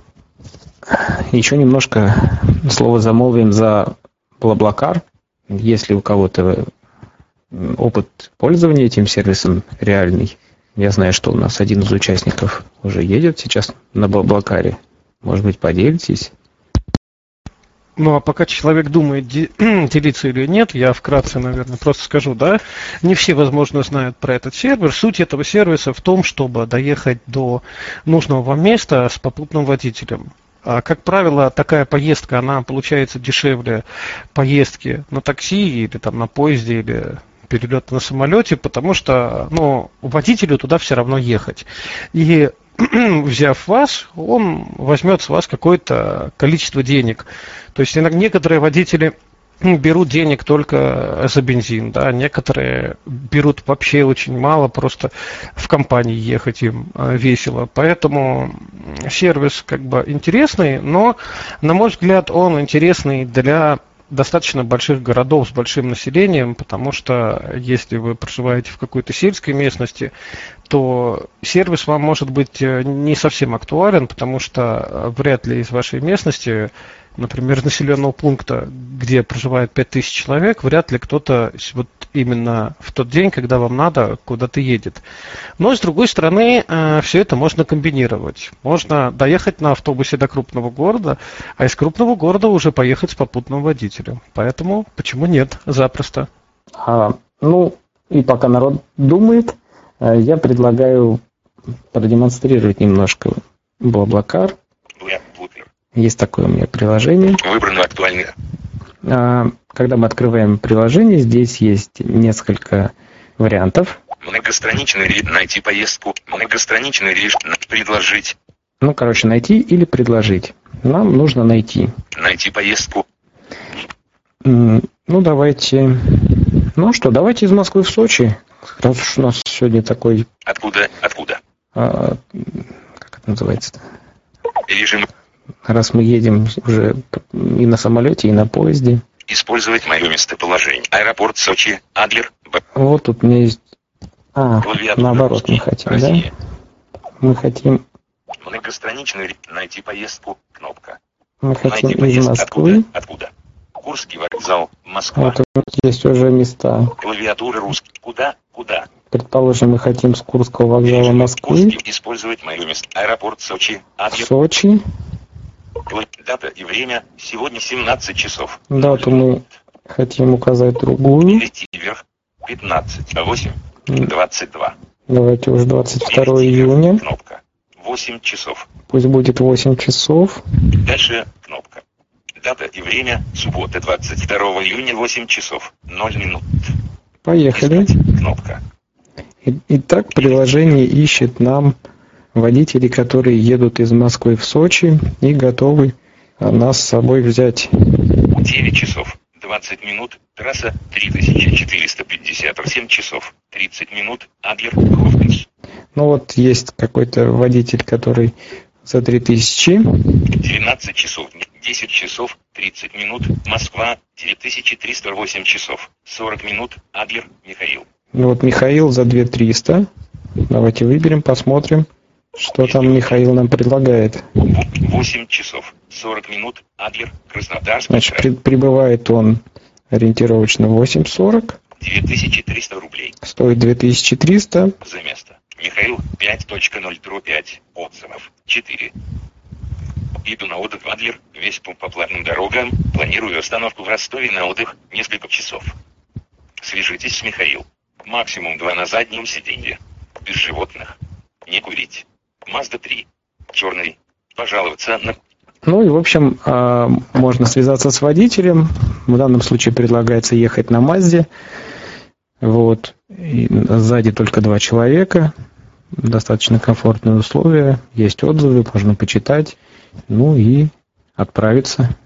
еще немножко слово замолвим за BlaBlaCar. Если у кого-то опыт пользования этим сервисом реальный, я знаю, что у нас один из участников уже едет сейчас на BlaBlaCar. Может быть, поделитесь? Ну, а пока человек думает, делиться или нет, я вкратце, наверное, просто скажу, да, не все, возможно, знают про этот сервер. Суть этого сервиса в том, чтобы доехать до нужного вам места с попутным водителем. Как правило, такая поездка, она получается дешевле поездки на такси или там на поезде, или перелета на самолете, потому что, ну, водителю туда все равно ехать. И взяв вас, он возьмет с вас какое-то количество денег. То есть некоторые водители берут денег только за бензин, да, некоторые берут вообще очень мало, просто в компании ехать им весело. Поэтому сервис как бы интересный, но, на мой взгляд, он интересный для достаточно больших городов с большим населением, потому что если вы проживаете в какой-то сельской местности, то сервис вам может быть не совсем актуален, потому что вряд ли из вашей местности, например, из населенного пункта, где проживает пять тысяч человек, вряд ли кто-то вот именно в тот день, когда вам надо, куда-то едет. Но, с другой стороны, все это можно комбинировать. Можно доехать на автобусе до крупного города, а из крупного города уже поехать с попутным водителем. Поэтому, почему нет? Запросто. А, ну, и пока народ думает, я предлагаю продемонстрировать немножко BlaBlaCar. Есть такое у меня приложение. Выбрано актуальное. Когда мы открываем приложение, здесь есть несколько вариантов. Многостраничный режим. Найти поездку. Многостраничный режим. Предложить. Ну, короче, найти или предложить. Нам нужно найти. Найти поездку. Ну, давайте... Ну что, давайте из Москвы в Сочи. Раз уж у нас сегодня такой... Откуда? Откуда? А, как это называется-то? Режим. Раз мы едем уже и на самолете, и на поезде. Использовать мое местоположение. Аэропорт Сочи, Адлер. Б... Вот тут у меня есть... А, наоборот мы хотим, Россия. Да? Мы хотим... Многостраничный... Найти поездку. Кнопка. Мы хотим Найти из поездку. Москвы. Откуда? Откуда? Курский вокзал, Москва. Вот тут есть уже места. Клавиатура русский. Куда? Куда? Предположим, мы хотим с Курского вокзала Режим Москвы. Курский. Использовать мое место. Аэропорт Сочи, Адлер. Сочи. Дата и время. Сегодня семнадцать часов. Дату мы хотим указать другую. Перейти вверх. пятнадцать, восемь, двадцать два. Давайте уже двадцать второго июня. Кнопка. восемь часов. Пусть будет восемь часов. Дальше кнопка. Дата и время. Суббота, двадцать второго июня, восемь часов, ноль минут. Поехали. Искать. Кнопка. И- Итак, приложение ищет нам водителей, которые едут из Москвы в Сочи и готовы нас с собой взять. девять часов, двадцать минут. Трасса три тысячи четыреста пятьдесят семь часов, тридцать минут. Адлер, Хофкинс. Ну вот есть какой-то водитель, который за три тысячи. двенадцать часов, десять часов, тридцать минут. Москва, две тысячи триста восемь часов, сорок минут. Адлер, Михаил. Ну вот Михаил за две тысячи триста. Давайте выберем, посмотрим, что там Михаил нам предлагает. восемь часов, сорок минут. Адлер, Краснодарский Значит, край. при- прибывает он ориентировочно восемь сорок. две тысячи триста рублей Стоит две тысячи триста. за место. Михаил, пять ноль пять. Отзывов, четыре. Иду на отдых в Адлер, весь по по платным дорогам. Планирую остановку в Ростове на отдых, несколько часов. Свяжитесь с Михаил. Максимум два на заднем сиденье. Без животных. Не курить. Мазда три. Черный. Пожаловаться на... Ну и, в общем, а, можно связаться с водителем. В данном случае предлагается ехать на Мазде. Вот. И сзади только два человека. Достаточно комфортные условия. Есть отзывы, можно почитать. Ну и отправиться.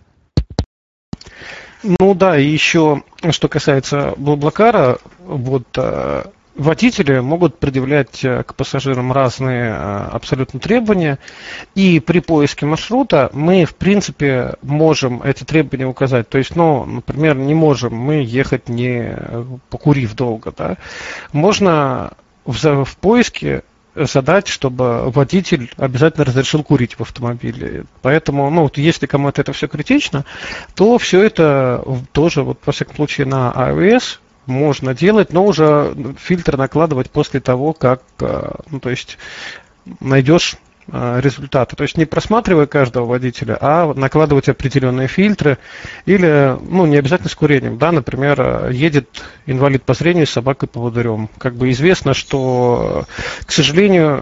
Ну да, и еще, что касается BlaBlaCar, вот э, водители могут предъявлять э, к пассажирам разные э, абсолютно требования, и при поиске маршрута мы, в принципе, можем эти требования указать. То есть, ну, например, не можем мы ехать, не покурив долго, да. Можно в, за- в поиске задать, чтобы водитель обязательно разрешил курить в автомобиле. Поэтому, ну, вот если кому-то это все критично, то все это в- тоже, вот, во всяком случае, на iOS можно делать, но уже фильтр накладывать после того, как, э, ну, то есть, найдешь э, результаты. То есть не просматривая каждого водителя, а накладывать определенные фильтры или, ну, не обязательно с курением, да, например, э, едет инвалид по зрению с собакой-поводырем. Как бы известно, что, э, к сожалению,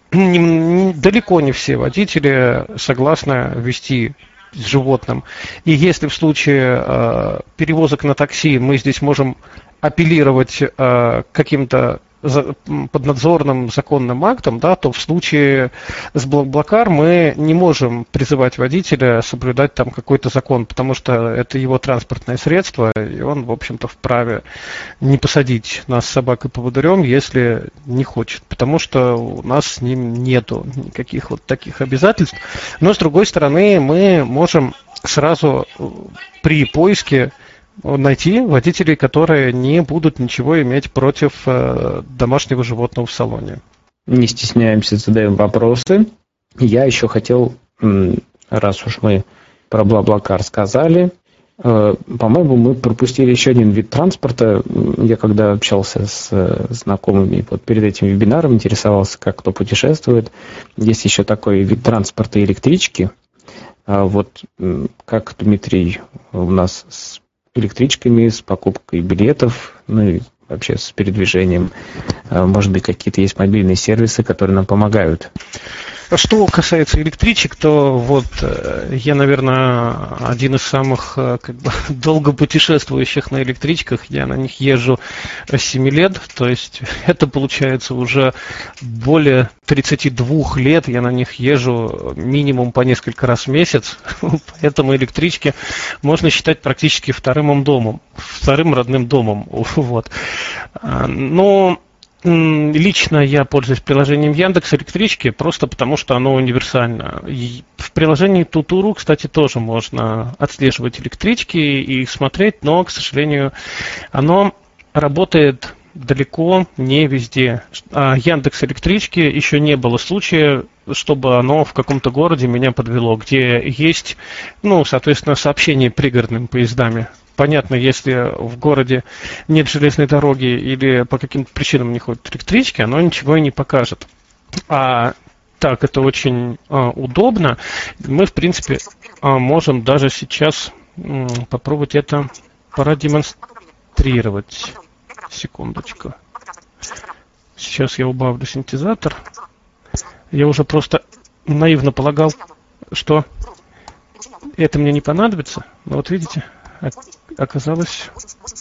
не, не, далеко не все водители согласны вести с животным. И если в случае э, перевозок на такси мы здесь можем апеллировать э, каким-то за, поднадзорным законным актом, да, то в случае с Блаблакар мы не можем призывать водителя соблюдать там какой-то закон, потому что это его транспортное средство, и он, в общем-то, вправе не посадить нас с собакой-поводырем, если не хочет, потому что у нас с ним нету никаких вот таких обязательств. Но, с другой стороны, мы можем сразу при поиске найти водителей, которые не будут ничего иметь против э, домашнего животного в салоне. Не стесняемся, задаем вопросы. Я еще хотел, раз уж мы про Блаблакар сказали, э, по-моему, мы пропустили еще один вид транспорта. Я когда общался с э, знакомыми вот перед этим вебинаром, интересовался, как кто путешествует. Есть еще такой вид транспорта электрички. А вот как, Дмитрий, у нас с электричками, с покупкой билетов, ну и вообще с передвижением. Может быть, какие-то есть мобильные сервисы, которые нам помогают. Что касается электричек, то вот я, наверное, один из самых как бы, долго путешествующих на электричках. Я на них езжу с семи лет, то есть это получается уже более тридцати двух лет я на них езжу минимум по несколько раз в месяц. Поэтому электрички можно считать практически вторым домом, вторым родным домом. Вот. Но лично я пользуюсь приложением Яндекс Электрички просто потому, что оно универсально. И в приложении Тутуру, кстати, тоже можно отслеживать электрички и их смотреть, но, к сожалению, оно работает далеко не везде. А Яндекс Электрички еще не было случая, чтобы оно в каком-то городе меня подвело, где есть, ну, соответственно, сообщение пригородным поездами. Понятно, если в городе нет железной дороги или по каким-то причинам не ходят электрички, оно ничего и не покажет. А так, это очень а, удобно. Мы, в принципе, а, можем даже сейчас м, попробовать это продемонстрировать. Секундочку. Сейчас я убавлю синтезатор. Я уже просто наивно полагал, что это мне не понадобится. Но вот видите, оказалось...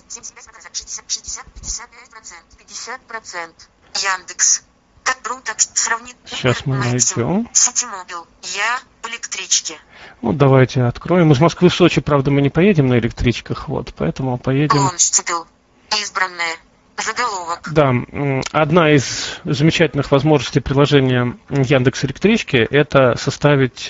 Яндекс. Как круто сравнить. Сейчас мы найдем. Ситимобил. Я в электричке. Ну, давайте откроем. Из Москвы в Сочи, правда, мы не поедем на электричках, вот, поэтому поедем... Лонстипил. Избранное. Заголовок. Да, одна из замечательных возможностей приложения Яндекс Электрички – это составить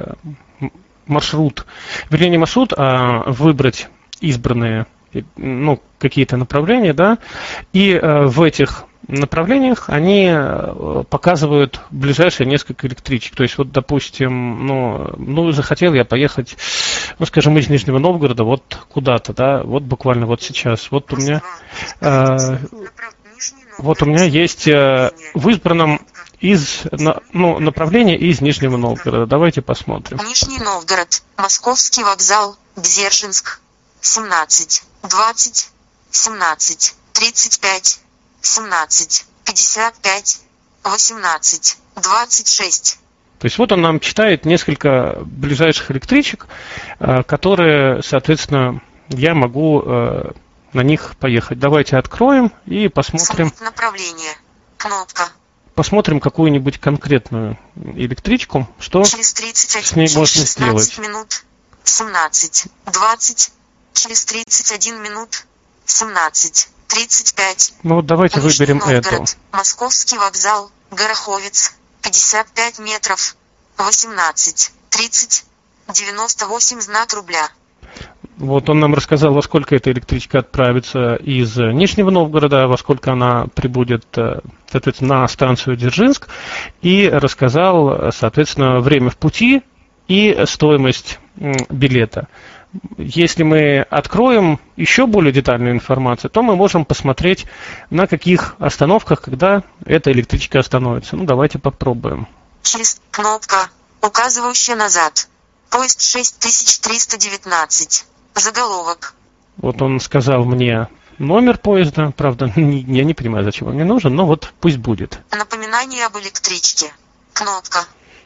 маршрут. Вернее, не маршрут, а выбрать избранные, ну, какие-то направления, да, и в этих направлениях они показывают ближайшие несколько электричек. То есть, вот, допустим, ну, ну, захотел я поехать, ну, скажем, из Нижнего Новгорода вот куда-то, да, вот буквально вот сейчас. Вот у меня, э, вот у меня есть э, в избранном из, на, ну, направление из Нижнего Новгорода. Давайте посмотрим. Нижний Новгород, Московский вокзал, Дзержинск, семнадцать, двадцать, семнадцать, тридцать пять, семнадцать, пятьдесят пять, восемнадцать, двадцать шесть. То есть вот он нам читает несколько ближайших электричек, которые, соответственно, я могу на них поехать. Давайте откроем и посмотрим. Направление. Кнопка. Посмотрим какую-нибудь конкретную электричку, что через тридцать один, с ней через можно шестнадцать сделать. Минут, семнадцать, двадцать, через тридцать один минут, семнадцать, тридцать пять. Ну вот давайте Нижний выберем Новгород, эту. Московский вокзал, Гороховец, пятьдесят пять метров, восемнадцать, тридцать, девяносто восемь знак рубля. Вот он нам рассказал, во сколько эта электричка отправится из Нижнего Новгорода, во сколько она прибудет, соответственно, на станцию Дзержинск, и рассказал, соответственно, время в пути и стоимость билета. Если мы откроем еще более детальную информацию, то мы можем посмотреть, на каких остановках, когда эта электричка остановится. Ну, давайте попробуем. Через кнопка, указывающая назад. Поезд шесть тысяч триста девятнадцать. Заголовок. Вот он сказал мне номер поезда. Правда, я не понимаю, зачем он мне нужен, но вот пусть будет. Напоминаю. Напоминание об электричке. Кнопка.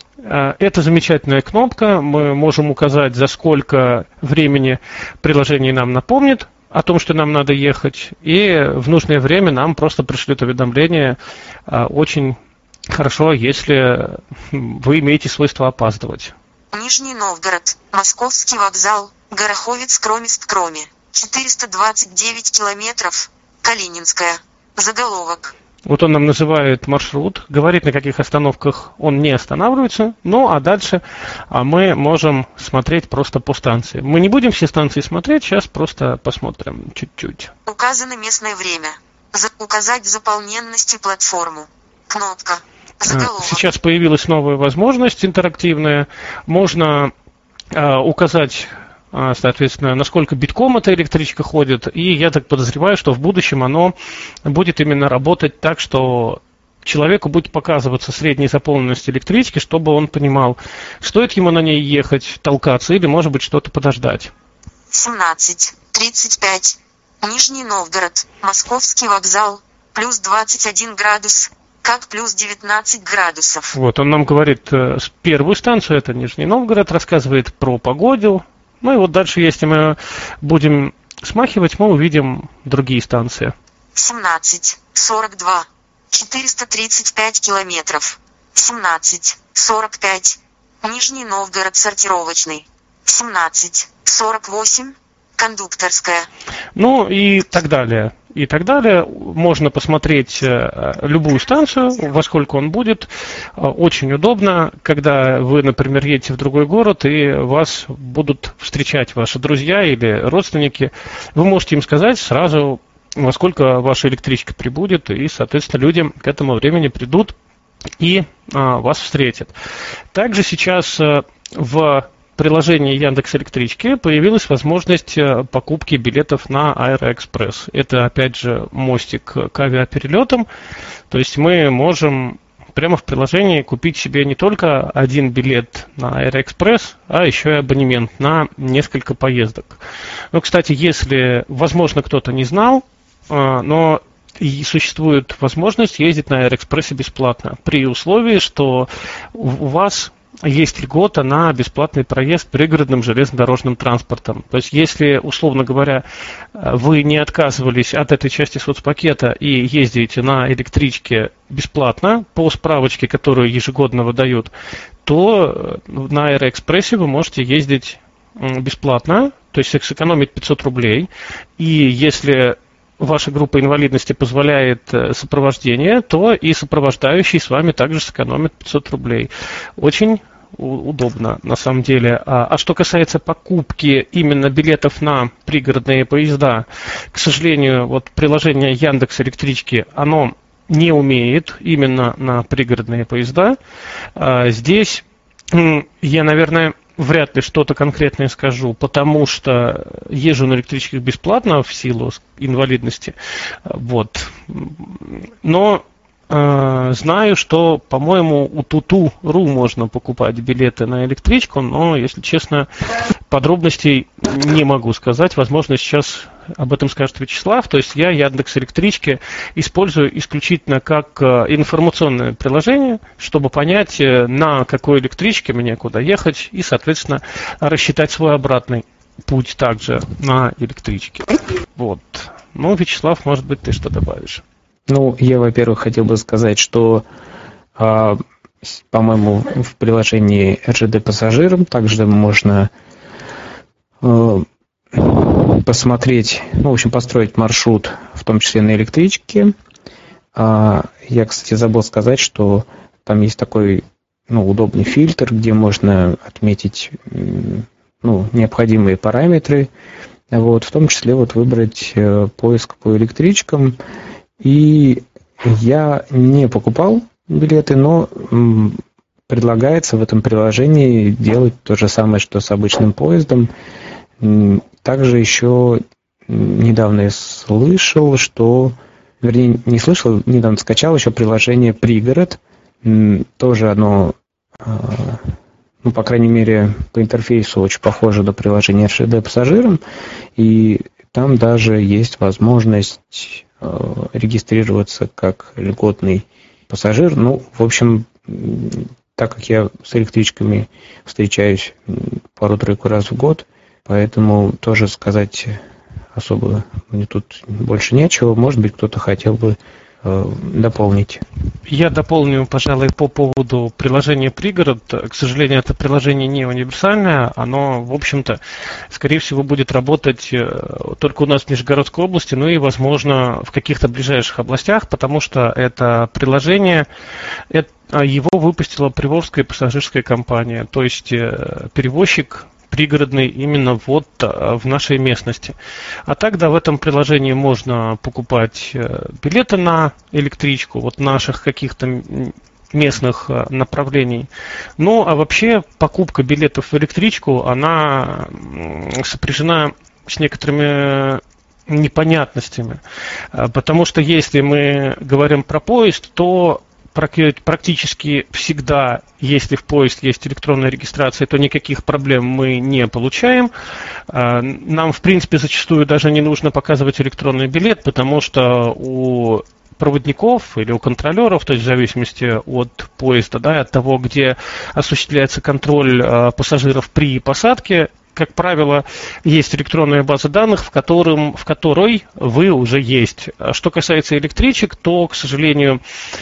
Это замечательная кнопка. Мы можем указать, за сколько времени приложение нам напомнит о том, что нам надо ехать, и в нужное время нам просто пришлют уведомление. Очень хорошо, если вы имеете свойство опаздывать. Нижний Новгород, Московский вокзал, Гороховец, Кромест, Кроме. четыреста двадцать девять километров, Калининская. Заголовок. Вот он нам называет маршрут, говорит, на каких остановках он не останавливается, ну а дальше мы можем смотреть просто по станции. Мы не будем все станции смотреть, сейчас просто посмотрим чуть-чуть. Указано местное время. За- указать заполненность и платформу. Кнопка. Заголовок. Сейчас появилась новая возможность интерактивная. Можно а, указать, а, соответственно, насколько битком эта электричка ходит. И я так подозреваю, что в будущем оно будет именно работать так, что человеку будет показываться средняя заполненность электрички, чтобы он понимал, стоит ему на ней ехать, толкаться или, может быть, что-то подождать. семнадцать тридцать пять. Нижний Новгород, Московский вокзал, плюс двадцать один градус, как плюс девятнадцать градусов. Вот, он нам говорит э, первую станцию, это Нижний Новгород, рассказывает про погоду. Ну и вот дальше, если мы будем смахивать, мы увидим другие станции. семнадцать сорок два. четыреста тридцать пять километров. семнадцать сорок пять. Нижний Новгород сортировочный. семнадцать сорок восемь. Кондукторская. Ну и так далее. И так далее. Можно посмотреть э, любую станцию, во сколько он будет. Э, очень удобно, когда вы, например, едете в другой город, и вас будут встречать ваши друзья или родственники. Вы можете им сказать сразу, во сколько ваша электричка прибудет, и, соответственно, люди к этому времени придут и э, вас встретят. Также сейчас э, в приложении Яндекс.Электрички появилась возможность покупки билетов на Аэроэкспресс. Это, опять же, мостик к авиаперелетам. То есть мы можем прямо в приложении купить себе не только один билет на Аэроэкспресс, а еще и абонемент на несколько поездок. Ну, кстати, если, возможно, кто-то не знал, но и существует возможность ездить на Аэроэкспрессе бесплатно, при условии, что у вас есть льгота на бесплатный проезд пригородным железнодорожным транспортом. То есть, если, условно говоря, вы не отказывались от этой части соцпакета и ездите на электричке бесплатно по справочке, которую ежегодно выдают, то на Аэроэкспрессе вы можете ездить бесплатно, то есть сэкономить пятьсот рублей. И если ваша группа инвалидности позволяет сопровождение, то и сопровождающий с вами также сэкономит пятьсот рублей. Очень удобно, на самом деле. А, а что касается покупки именно билетов на пригородные поезда, к сожалению, вот приложение Яндекс.Электрички, оно не умеет именно на пригородные поезда. А, здесь я, наверное, вряд ли что-то конкретное скажу, потому что езжу на электричках бесплатно в силу инвалидности. Вот. Но э, знаю, что, по-моему, у Туту.ру можно покупать билеты на электричку, но, если честно, подробностей не могу сказать. Возможно, сейчас об этом скажет Вячеслав. То есть я Яндекс.Электрички использую исключительно как информационное приложение, чтобы понять, на какой электричке мне куда ехать, и, соответственно, рассчитать свой обратный путь также на электричке. Вот. Ну, Вячеслав, может быть, ты что добавишь? Ну, я, во-первых, хотел бы сказать, что, э, по-моему, в приложении эр жэ дэ пассажирам также можно э, посмотреть, ну, в общем, построить маршрут, в том числе на электричке. А, я, кстати, забыл сказать, что там есть такой, ну, удобный фильтр, где можно отметить, ну, необходимые параметры, вот, в том числе вот выбрать э, поиск по электричкам. И я не покупал билеты, но м, предлагается в этом приложении делать то же самое, что с обычным поездом. Также еще недавно я слышал, что, вернее, не слышал, недавно скачал еще приложение «Пригород». Тоже оно, ну, по крайней мере, по интерфейсу очень похоже на приложение эр жэ дэ пассажирам. И там даже есть возможность регистрироваться как льготный пассажир. Ну, в общем, так как я с электричками встречаюсь пару-тройку раз в год, поэтому тоже сказать особо мне тут больше нечего. Может быть, кто-то хотел бы э, дополнить. Я дополню, пожалуй, по поводу приложения «Пригород». К сожалению, это приложение не универсальное. Оно, в общем-то, скорее всего, будет работать только у нас в Нижегородской области, ну и, возможно, в каких-то ближайших областях, потому что это приложение, это, его выпустила Приволжская пассажирская компания, то есть перевозчик пригородный именно вот в нашей местности. А тогда в этом приложении можно покупать билеты на электричку, вот наших каких-то местных направлений. Ну, а вообще покупка билетов в электричку, она сопряжена с некоторыми непонятностями. Потому что если мы говорим про поезд, то практически всегда, если в поезд есть электронная регистрация, то никаких проблем мы не получаем. Нам, в принципе, зачастую даже не нужно показывать электронный билет, потому что у проводников или у контролеров, то есть в зависимости от поезда, да, от того, где осуществляется контроль пассажиров при посадке, как правило, есть электронная база данных, в, котором, в которой вы уже есть. Что касается электричек, то, к сожалению,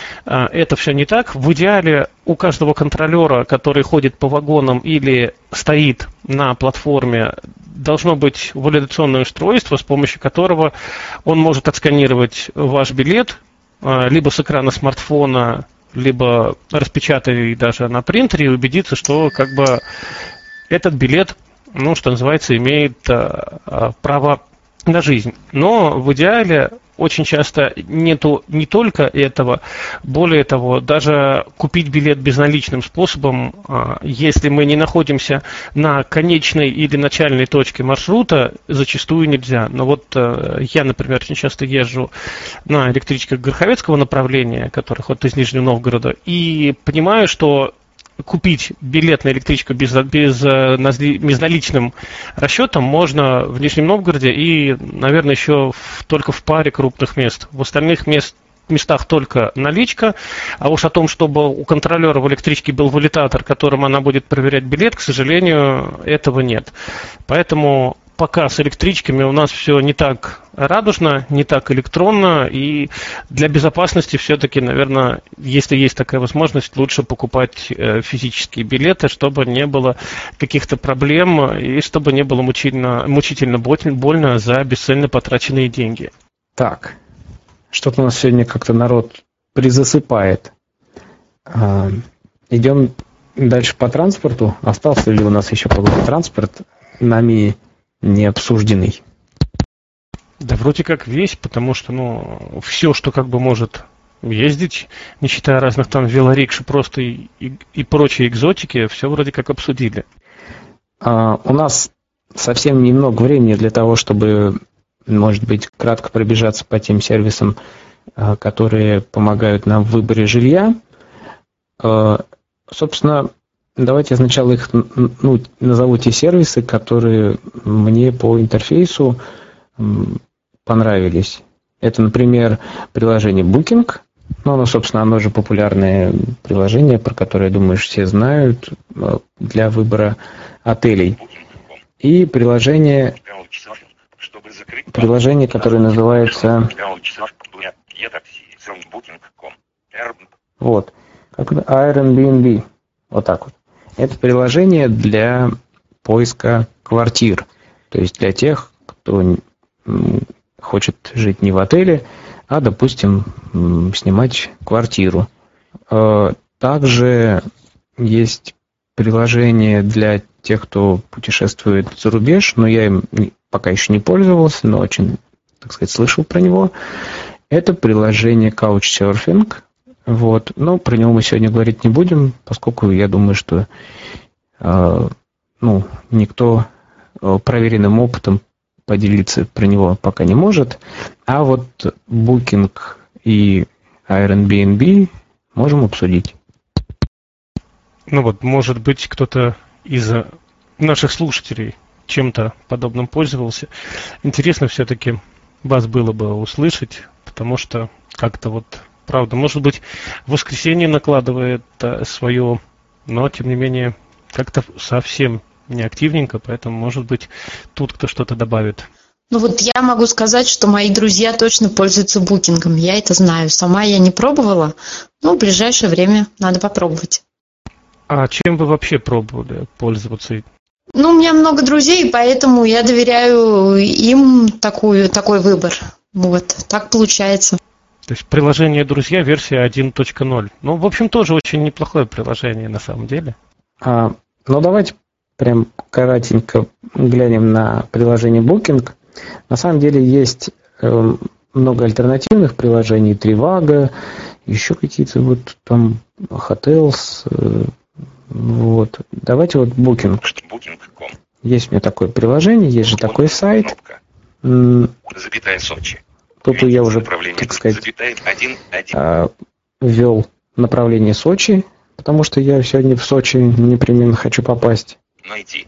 это все не так. В идеале у каждого контролера, который ходит по вагонам или стоит на платформе, должно быть валидационное устройство, с помощью которого он может отсканировать ваш билет либо с экрана смартфона, либо распечатать даже на принтере и убедиться, что как бы этот билет, ну, что называется, имеет а, право на жизнь. Но в идеале очень часто нету не только этого, более того, даже купить билет безналичным способом, а, если мы не находимся на конечной или начальной точке маршрута, зачастую нельзя. Но вот а, я, например, очень часто езжу на электричках Гороховецкого направления, которые ходят из Нижнего Новгорода, и понимаю, что купить билет на электричку без, без, безналичным расчетом можно в Нижнем Новгороде и, наверное, еще в, только в паре крупных мест. В остальных мест, местах только наличка, а уж о том, чтобы у контролера в электричке был валидатор, которым она будет проверять билет, к сожалению, этого нет. Поэтому пока с электричками у нас все не так радужно, не так электронно, и для безопасности все-таки, наверное, если есть такая возможность, лучше покупать физические билеты, чтобы не было каких-то проблем и чтобы не было мучительно, мучительно больно за бесцельно потраченные деньги. Так, что-то у нас сегодня как-то народ призасыпает. Идем дальше по транспорту. Остался ли у нас еще какой-то транспорт нами не обсужденный? Да вроде как весь, потому что, ну, все, что как бы может ездить, не считая разных там велорикш, просто и, и, и прочие экзотики, все вроде как обсудили. А, у нас совсем немного времени для того, чтобы, может быть, кратко пробежаться по тем сервисам, которые помогают нам в выборе жилья. А, собственно, давайте я сначала их, ну, назову те сервисы, которые мне по интерфейсу понравились. Это, например, приложение Booking. Ну, оно, собственно, оно же популярное приложение, про которое, я думаю, все знают, для выбора отелей. И приложение, приложение, которое называется вот, как Airbnb. Вот так вот. Это приложение для поиска квартир. То есть для тех, кто хочет жить не в отеле, а, допустим, снимать квартиру. Также есть приложение для тех, кто путешествует за рубеж, но я им пока еще не пользовался, но очень, так сказать, слышал про него. Это приложение Couchsurfing. Вот. Но про него мы сегодня говорить не будем, поскольку я думаю, что э, ну, никто проверенным опытом поделиться про него пока не может. А вот Booking и Airbnb можем обсудить. Ну вот, может быть, кто-то из наших слушателей чем-то подобным пользовался. Интересно все-таки вас было бы услышать, потому что как-то вот правда. Может быть, в воскресенье накладывает а, свое, но, тем не менее, как-то совсем не активненько, поэтому, может быть, тут кто что-то добавит. Ну вот я могу сказать, что мои друзья точно пользуются букингом. Я это знаю. Сама я не пробовала, но в ближайшее время надо попробовать. А чем вы вообще пробовали пользоваться? Ну, у меня много друзей, поэтому я доверяю им такую, такой выбор. Вот, так получается. То есть приложение «Друзья» версия один точка ноль. Ну, в общем, тоже очень неплохое приложение на самом деле. А, ну, давайте прям коротенько глянем на приложение Booking. На самом деле есть э, много альтернативных приложений. Trivago, еще какие-то вот там Hotels. Э, вот. Давайте вот Booking. Booking точка ком. Есть у меня такое приложение, есть же такой сайт. М, Запятая Сочи. Тут я уже, так сказать, Запятая один, один. а, ввел направление Сочи, потому что я сегодня в Сочи непременно хочу попасть. Найти.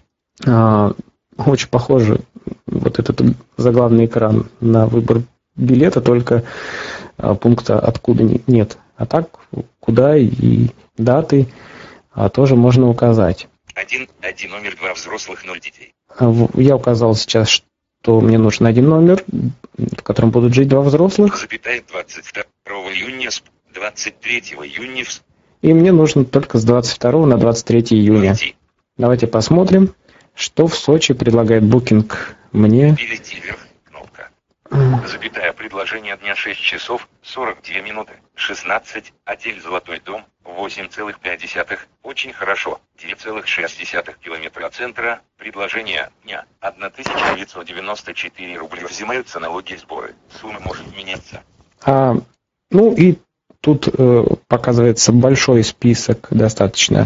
А, очень похоже вот этот заглавный экран на выбор билета, только а, пункта откуда не- нет. А так, куда и даты а, тоже можно указать. Один, один, номер два, взрослых, ноль детей. А, в- Я указал сейчас, что мне нужен один номер, в котором будут жить два взрослых, Запятая двадцать второго июня, с двадцать третьего июня, в и мне нужно только с двадцать второго на двадцать третье июня. найти. Давайте посмотрим, что в Сочи предлагает Booking мне. Перейти вверх, кнопка. Запятая предложение дня шесть часов сорок две минуты. шестнадцать, отель Золотой дом, восемь целых пять десятых, очень хорошо, девять целых шесть десятых километра от центра, предложение дня, тысяча девятьсот девяносто четыре рубля, взимаются налоги и сборы, сумма может меняться. А, ну и тут э, показывается большой список достаточно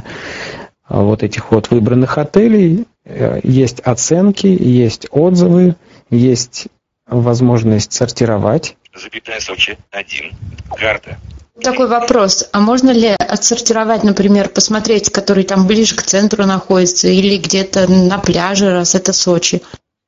а, вот этих вот выбранных отелей. Э, Есть оценки, есть отзывы, есть возможность сортировать. Запятая Сочи, один, карта, Такой вопрос. А можно ли отсортировать, например, посмотреть, который там ближе к центру находится, или где-то на пляже, раз это Сочи?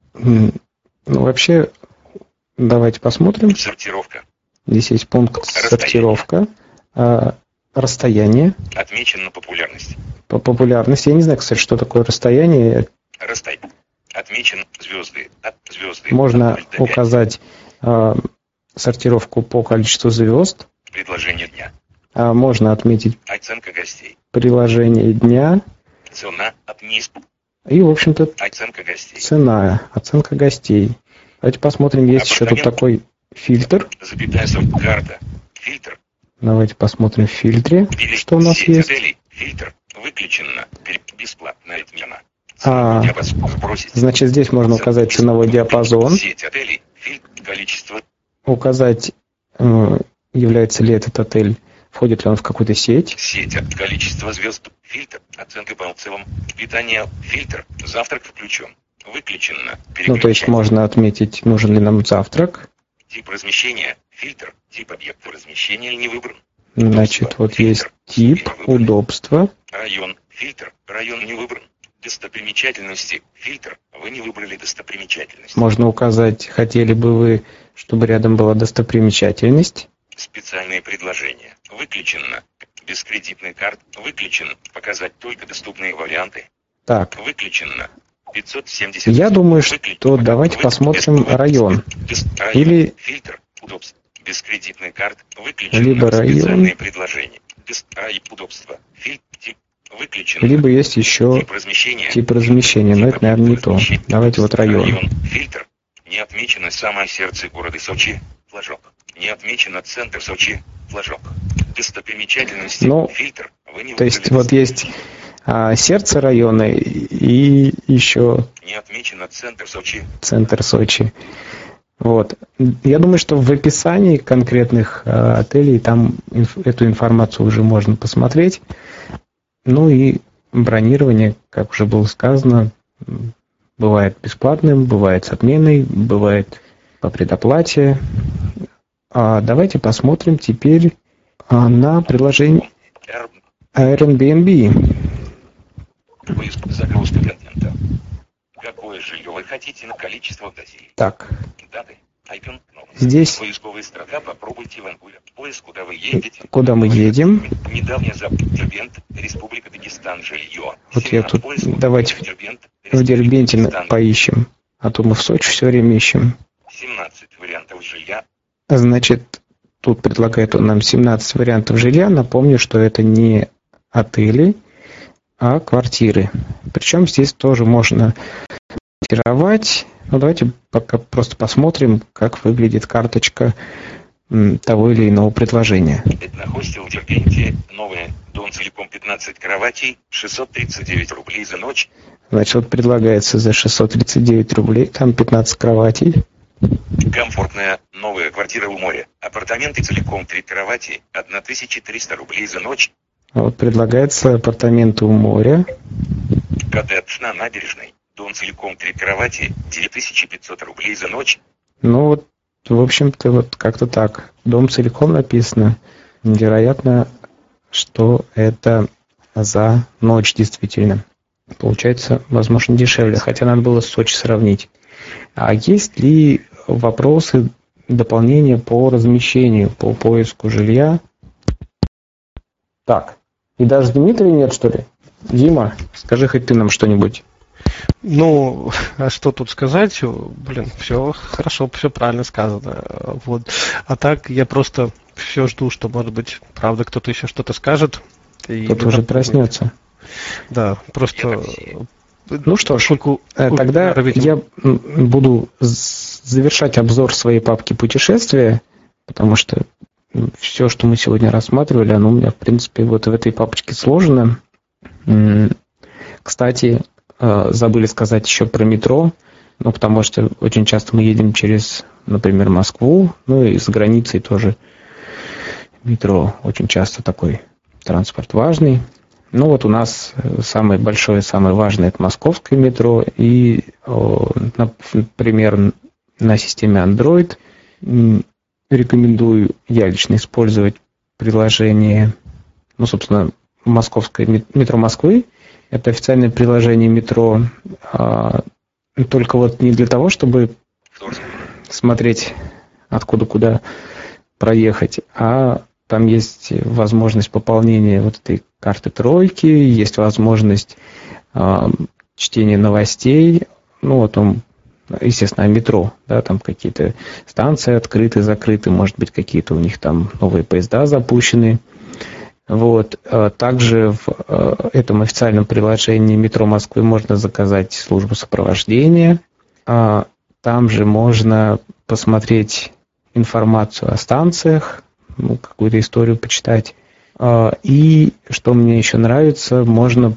М, Ну, вообще, давайте посмотрим. сортировка, Здесь есть пункт сортировка, а, расстояние, отмечена популярность, по популярности. Я не знаю, кстати, что такое расстояние. растай, отмечен звезды, от звезды, Можно от ноль до пяти. указать а, сортировку по количеству звезд. Предложение дня, А, можно отметить оценка гостей, приложение дня цена от низ, и, в общем-то, оценка гостей, цена, оценка гостей. Давайте посмотрим, есть еще тут такой фильтр. запятая Сочи, карта, фильтр, Давайте посмотрим в фильтре, Перед что у нас сеть есть. отелей. Фильтр выключено. Перед бесплатная отмена. А, Диапазон сбросить. Значит, здесь можно указать ценовой диапазон, Сеть отелей. Фильтр. Количество. указать, э, является ли этот отель, входит ли он в какую-то сеть. Сеть. от- Количество звезд. Фильтр. Оценка по отзывам. Питание. Фильтр. Завтрак включен. Выключено. Ну, то есть Переключать. можно отметить, нужен ли нам завтрак. Тип размещения. Фильтр. Тип объекта размещения не выбран. Значит, вот есть тип, удобство. Район. Фильтр. Район не выбран. Достопримечательности. Фильтр. Вы не выбрали достопримечательность. Можно указать, хотели бы вы, чтобы рядом была достопримечательность. Специальные предложения. Выключено. Без кредитной карт. Выключен. Показать только доступные варианты. Так, Выключено. пятьсот семьдесят. я думаю, что Выключен. давайте Вы- посмотрим без- район. без- район. Или- Фильтр. Удобство. Без кредитной карт. Выключено. Либо район. Специальные предложения. Без рай. Удобство. Фильтр. Тип. Выключено. Либо есть еще Тип размещения. тип размещения, но это, наверное, не то. Давайте вот район. Фильтр. Не отмечено самое сердце города Сочи. Флажок. Не отмечено центр Сочи. Флажок. Достопримечательности. Ну, Фильтр. Вы не То есть выбрали вот есть а, сердце района и еще Не отмечено центр Сочи. центр Сочи. Вот. Я думаю, что в описании конкретных а, отелей там инф- эту информацию уже можно посмотреть. Ну и бронирование, как уже было сказано, м, бывает бесплатным, бывает с отменой, бывает по предоплате. А давайте посмотрим теперь а, на приложение Р. Airbnb. Поиск. Загрузка контента. Какое жилье вы хотите на количество дозей? Так, Даты. Айкон, кнопка. Здесь Поисковая строка, попробуйте Ванкувер. Поиск, куда вы едете. куда мы едем. Недавняя запись. Дербент, Республика Дагестан, жилье. Вот я тут, Поиск, давайте в Дербент, в Дербенте Дагестан. поищем. А то мы в Сочи все время ищем. семнадцать вариантов жилья. Значит, тут предлагает он нам семнадцать вариантов жилья. Напомню, что это не отели, а квартиры. Причем здесь тоже можно сортировать. Ну, давайте пока просто посмотрим, как выглядит карточка м, того или иного предложения. Этнохостел в Дербенте. Новое. Дом целиком пятнадцать кроватей. шестьсот тридцать девять рублей за ночь. Значит, вот предлагается за шестьсот тридцать девять рублей, там пятнадцать кроватей. Комфортная новая квартира у моря. Апартаменты целиком три кровати. тысяча триста рублей за ночь. А вот предлагается апартаменты у моря. Коттедж на набережной. Дом целиком три кровати. девять тысяч пятьсот рублей за ночь. Ну вот, в общем-то, вот как-то так. Дом целиком написано. Вероятно, что это за ночь действительно. Получается, возможно, дешевле, хотя надо было с Сочи сравнить. А есть ли вопросы, дополнения по размещению, по поиску жилья? Так, и даже Дмитрия нет, что ли? Дима, скажи хоть ты нам что-нибудь. Ну, а что тут сказать? Блин, все хорошо, все правильно сказано. Вот. А так я просто все жду, что, может быть, правда, кто-то еще что-то скажет. Кто-то уже проснется. Да, просто... Ну что ж, поскольку... тогда я буду завершать обзор своей папки путешествия, потому что все, что мы сегодня рассматривали, оно у меня, в принципе, вот в этой папочке сложено. Кстати, забыли сказать еще про метро, ну, потому что очень часто мы едем через, например, Москву, ну и с границей тоже метро очень часто такой транспорт важный. Ну вот у нас самое большое, самое важное — это московское метро, и, например, на системе Android рекомендую я лично использовать приложение, ну, собственно, московское метро Москвы. Это официальное приложение метро, а, только вот не для того, чтобы смотреть, откуда куда проехать, а там есть возможность пополнения вот этой карты тройки, есть возможность а, чтения новостей, ну, вот он, естественно, метро, да, там какие-то станции открыты, закрыты, может быть, какие-то у них там новые поезда запущены. Вот. Также в этом официальном приложении метро Москвы можно заказать службу сопровождения. Там же можно посмотреть информацию о станциях, ну, какую-то историю почитать. И, что мне еще нравится, можно...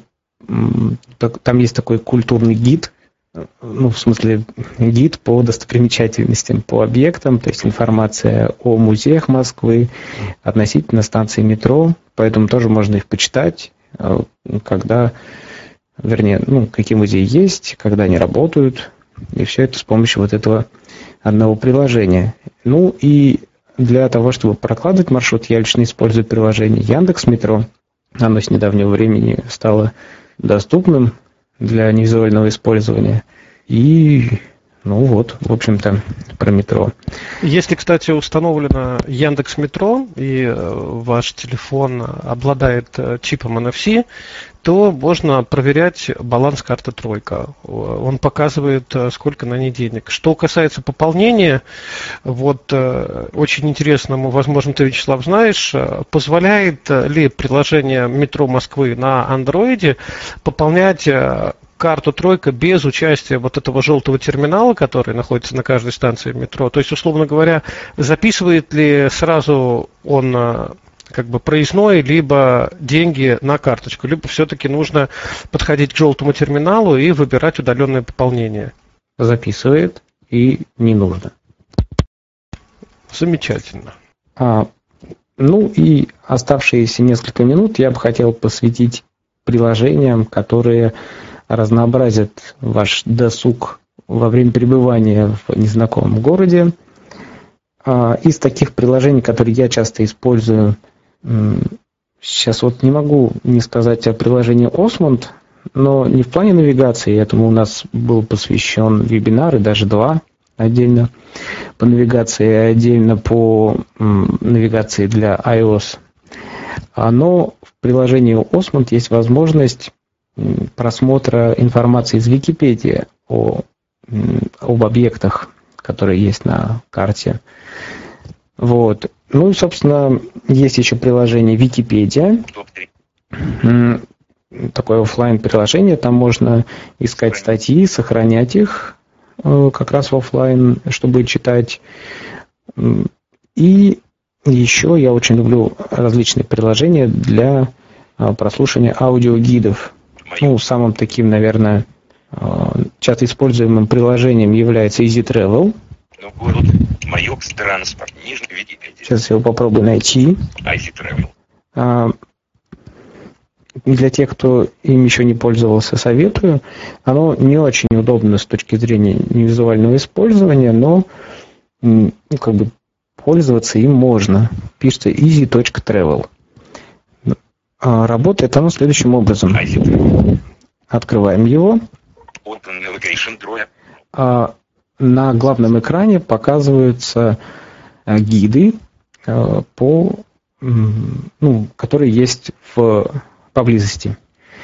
Там есть такой культурный гид, ну, в смысле, гид по достопримечательностям, по объектам, то есть информация о музеях Москвы относительно станции метро, поэтому тоже можно их почитать, когда, вернее, ну, какие музеи есть, когда они работают, и все это с помощью вот этого одного приложения. Ну, и для того, чтобы прокладывать маршрут, я лично использую приложение Яндекс.Метро. Оно с недавнего времени стало доступным для невизуального использования. И, ну вот, в общем-то, про метро. Если, кстати, установлено Яндекс.Метро, и ваш телефон обладает чипом эн эф си, то можно проверять баланс карты «Тройка». Он показывает, сколько на ней денег. Что касается пополнения, вот очень интересному, возможно, ты, Вячеслав, знаешь, позволяет ли приложение «Метро Москвы» на андроиде пополнять карту «Тройка» без участия вот этого желтого терминала, который находится на каждой станции метро? То есть, условно говоря, записывает ли сразу он как бы проездной, либо деньги на карточку, либо все-таки нужно подходить к желтому терминалу и выбирать удаленное пополнение? Записывает, и не нужно. Замечательно. А, ну и оставшиеся несколько минут я бы хотел посвятить приложениям, которые разнообразят ваш досуг во время пребывания в незнакомом городе. Из таких приложений, которые я часто использую, сейчас вот не могу не сказать о приложении Osmond, но не в плане навигации, этому у нас был посвящен вебинар, и даже два отдельно по навигации и отдельно по м, навигации для iOS. Но в приложении Osmond есть возможность м, просмотра информации из Википедии о, м, об объектах, которые есть на карте. Вот. Ну и, собственно, есть еще приложение Википедия. М, Такое офлайн приложение, там можно искать статьи, сохранять их э, как раз в офлайн, чтобы читать. М, И еще я очень люблю различные приложения для э, прослушивания аудиогидов. Ну, самым таким, наверное, э, часто используемым приложением является Easy Travel. Ну, город, маёк, транспорт, нижний Википедия. Сейчас я его попробую найти. Easy Travel. А, Для тех, кто им еще не пользовался, советую. Оно не очень удобно с точки зрения невизуального использования, но м, ну, как бы пользоваться им можно. Пишется easy точка travel. А, Работает оно следующим образом. Easy Travel. Открываем его. Open Navigation Drawer. А на главном экране показываются а, гиды, а, по, м, ну, которые есть в поблизости.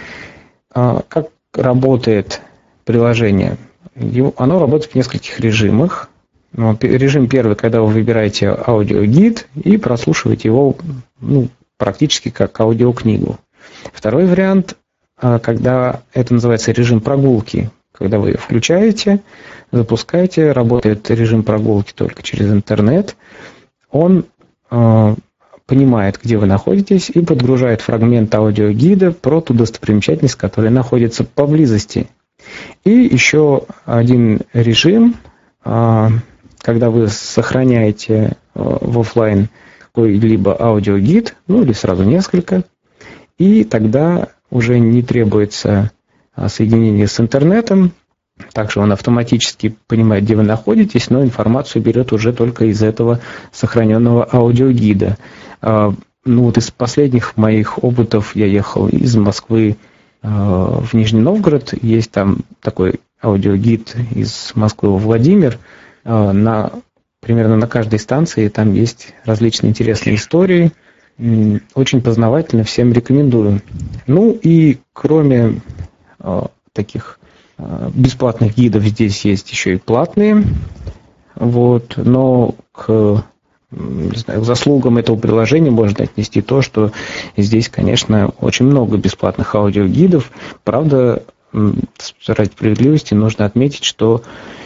А как работает приложение? Его- Оно работает в нескольких режимах. Ну, пе- Режим первый, когда вы выбираете аудиогид и прослушиваете его, ну, практически как аудиокнигу. Второй вариант, а, когда это называется режим прогулки, когда вы включаете, запускаете, работает режим прогулки только через интернет. Он а, понимает, где вы находитесь, и подгружает фрагмент аудиогида про ту достопримечательность, которая находится поблизости. И еще один режим, а, когда вы сохраняете а, в офлайн какой-либо аудиогид, ну или сразу несколько, и тогда уже не требуется а, соединение с интернетом. Также он автоматически понимает, где вы находитесь, но информацию берет уже только из этого сохраненного аудиогида. А, Ну вот из последних моих опытов я ехал из Москвы а, в Нижний Новгород. Есть там такой аудиогид из Москвы во Владимир. А, На, примерно на каждой станции там есть различные интересные истории. М, Очень познавательно, всем рекомендую. Ну и кроме а, таких а, бесплатных гидов здесь есть еще и платные. Вот, но к, м, не знаю, к заслугам этого приложения можно отнести то, что здесь, конечно, очень много бесплатных аудиогидов. Правда, м, ради справедливости нужно отметить, что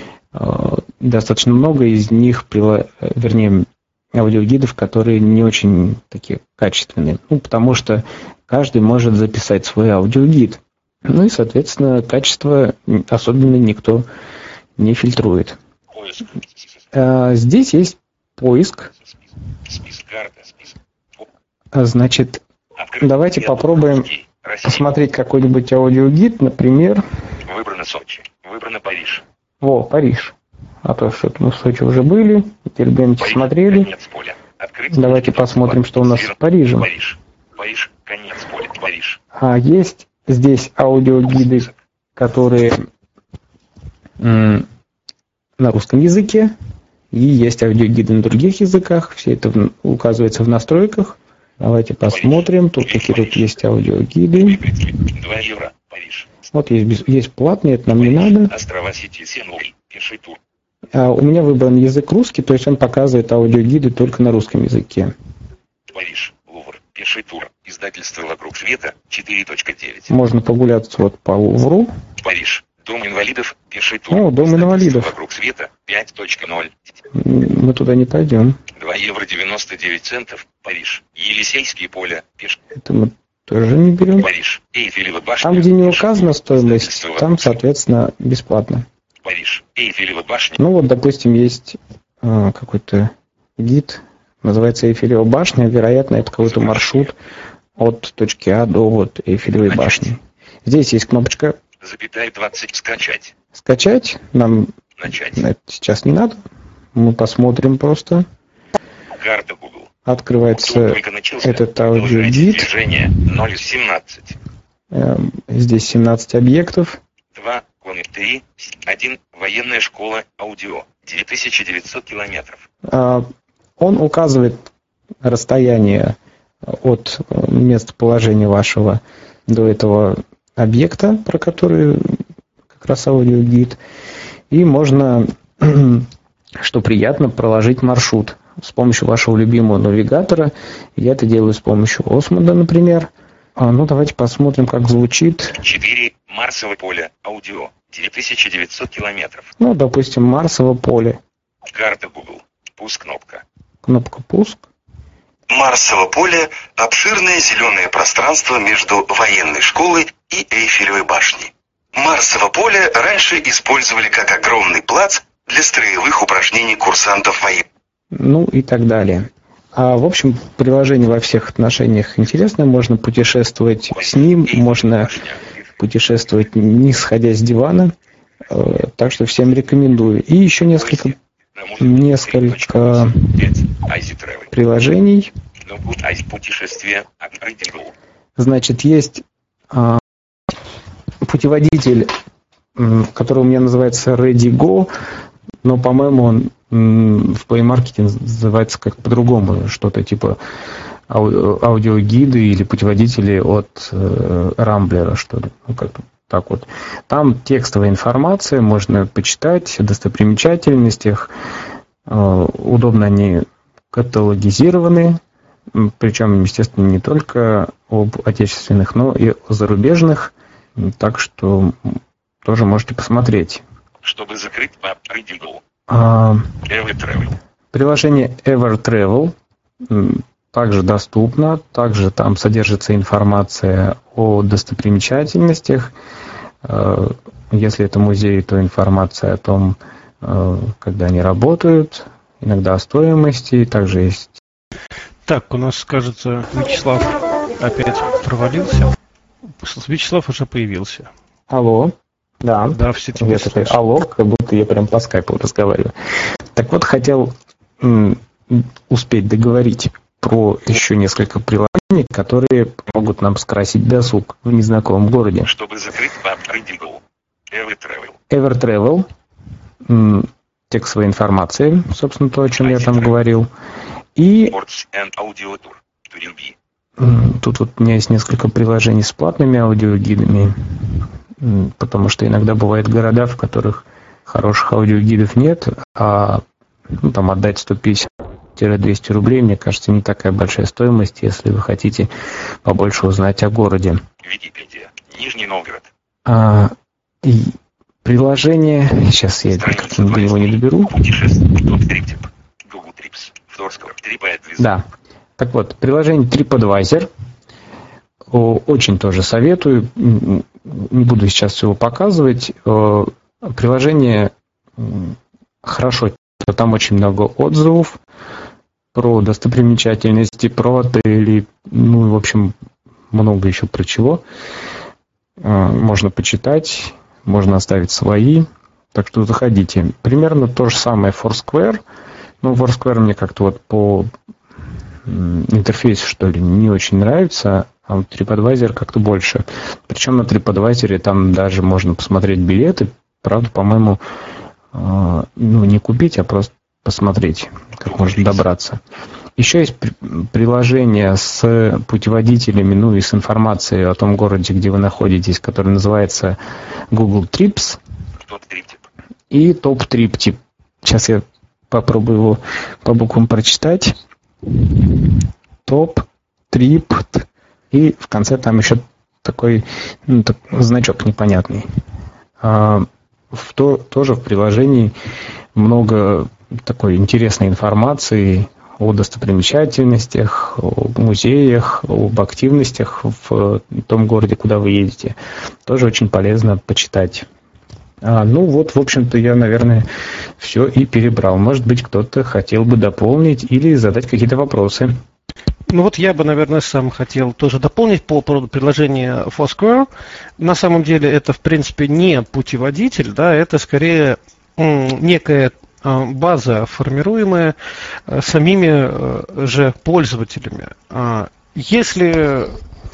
э, достаточно много из них, прила- э, вернее, аудиогидов, которые не очень такие качественные. Ну, потому что каждый может записать свой аудиогид. Ну и, соответственно, качество особенно никто не фильтрует. Поиск. А, Здесь есть поиск. Список карты. Список. А, Значит, Открыть. давайте Нет. попробуем Русский. Россия. посмотреть какой-нибудь аудиогид, например, Выбрано Сочи. Выбрано Париж. во, Париж. А то что-то мы в Сочи уже были, Дербенте Париж. смотрели. Конец поля. Открыть. Давайте посмотрим, что у нас с Парижем. Париж. Париж. Конец поля. Париж. А есть здесь аудиогиды, которые м, на русском языке, и есть аудиогиды на других языках. Все это в- указывается в настройках. Давайте посмотрим. Тут такие вот есть аудиогиды. два евро. Париж. Вот есть, без- есть платные, это нам не Париж. надо. Острова Сити. Сен-Луи. Пеший тур. А у меня выбран язык русский, то есть он показывает аудиогиды только на русском языке. Париж. Лувр. Пеший тур. Издательство «Вокруг света». четыре точка девять. Можно прогуляться вот по Лувру. Париж. Дом инвалидов. Пеший тур. О, Дом Издательство инвалидов. «Вокруг света». пять точка ноль. М, Мы туда не пойдем. два евро девяносто девять центов. Париж. Елисейские поля. Пеш... Это мы тоже не берем. Париж. Эйфелева башня. Там, где не Пеший указана тур. стоимость, Издательство там, «Вокруг света». соответственно, бесплатно. Париж. Эйфелева башня. Ну вот, допустим, есть а, какой-то гид, называется Эйфелева башня. Вероятно, это какой-то маршрут от точки А до вот Эйфелевой Начать. башни. Здесь есть кнопочка Запятая двадцать. Скачать. «Скачать». Нам Начать. это сейчас не надо. Мы посмотрим просто. Карта Google. Открывается Только начался. этот Продолжайте аудиогид. движение. ноль семнадцать. Эм, Здесь семнадцать объектов. два. Комик три. один. Военная школа. Аудио. девять тысяч девятьсот километров. Он указывает расстояние от местоположения вашего до этого объекта, про который как раз аудиогид. И можно, что приятно, проложить маршрут с помощью вашего любимого навигатора. Я это делаю с помощью Осмода, например. А, ну, давайте посмотрим, как звучит. четыре. Марсово поле. Аудио. девять тысяч девятьсот километров. Ну, допустим, Марсово поле. Карта Google. Пуск кнопка. Кнопка пуск. Марсово поле – обширное зеленое пространство между военной школой и Эйфелевой башней. Марсово поле раньше использовали как огромный плац для строевых упражнений курсантов военных. Ну и так далее. А, в общем, приложение во всех отношениях интересное. Можно путешествовать с ним, можно путешествовать не сходя с дивана. Так что всем рекомендую. И еще несколько, несколько приложений. Значит, есть а, путеводитель, который у меня называется ReadyGo, но, по-моему, он в Play Market называется как по-другому, что-то типа аудиогиды или путеводители от э, Рамблера, что ли. Ну, как-то так вот. Там текстовая информация, можно почитать о достопримечательностях. Э, удобно они каталогизированы, причем, естественно, не только об отечественных, но и о зарубежных. Так что тоже можете посмотреть. Чтобы закрыть по Reading. А, EverTravel. Приложение EverTravel также доступно, также там содержится информация о достопримечательностях. Если это музей, то информация о том, когда они работают, иногда о стоимости, также есть. Так, у нас, кажется, Вячеслав опять провалился. Вячеслав уже появился. Алло. Да, да, все я такой, алло, как будто я прям по скайпу разговариваю. Так вот, хотел м, успеть договорить про еще несколько приложений, которые помогут нам скрасить досуг в незнакомом городе. Чтобы закрыть по Reading. EverTravel. EverTravel. М, текстовая информация, собственно, то, о чем я там говорил. И м, тут вот у меня есть несколько приложений с платными аудиогидами, потому что иногда бывают города, в которых хороших аудиогидов нет, а ну, там отдать сто пятьдесят - двести рублей, мне кажется, не такая большая стоимость, если вы хотите побольше узнать о городе. Википедия. Нижний Новгород. А, и приложение, сейчас я как-то до него не доберу. Google Trips. TripAdvisor. Да. Так вот, приложение TripAdvisor. Очень тоже советую. Не буду сейчас его показывать. Приложение хорошо, там очень много отзывов про достопримечательности, про отели, ну, в общем, много еще про чего. Можно почитать, можно оставить свои. Так что заходите. Примерно то же самое Foursquare. Ну, Foursquare мне как-то вот по интерфейсу, что ли, не очень нравится, а вот TripAdvisor как-то больше. Причем на TripAdvisor там даже можно посмотреть билеты. Правда, по-моему, ну, не купить, а просто посмотреть, как можно добраться. Еще есть приложение с путеводителями, ну и с информацией о том городе, где вы находитесь, которое называется Google Trips. И Top Trip Tip. Сейчас я попробую его по буквам прочитать. Top Trip. И в конце там еще такой ну, так, значок непонятный. А, в то, тоже в приложении много такой интересной информации о достопримечательностях, о музеях, об активностях в том городе, куда вы едете. Тоже очень полезно почитать. А, ну вот, в общем-то, я, наверное, все и перебрал. Может быть, кто-то хотел бы дополнить или задать какие-то вопросы. Ну вот я бы, наверное, сам хотел тоже дополнить по поводу приложения Foursquare. На самом деле это, в принципе, не путеводитель, да, это скорее м, некая база, формируемая самими же пользователями. Если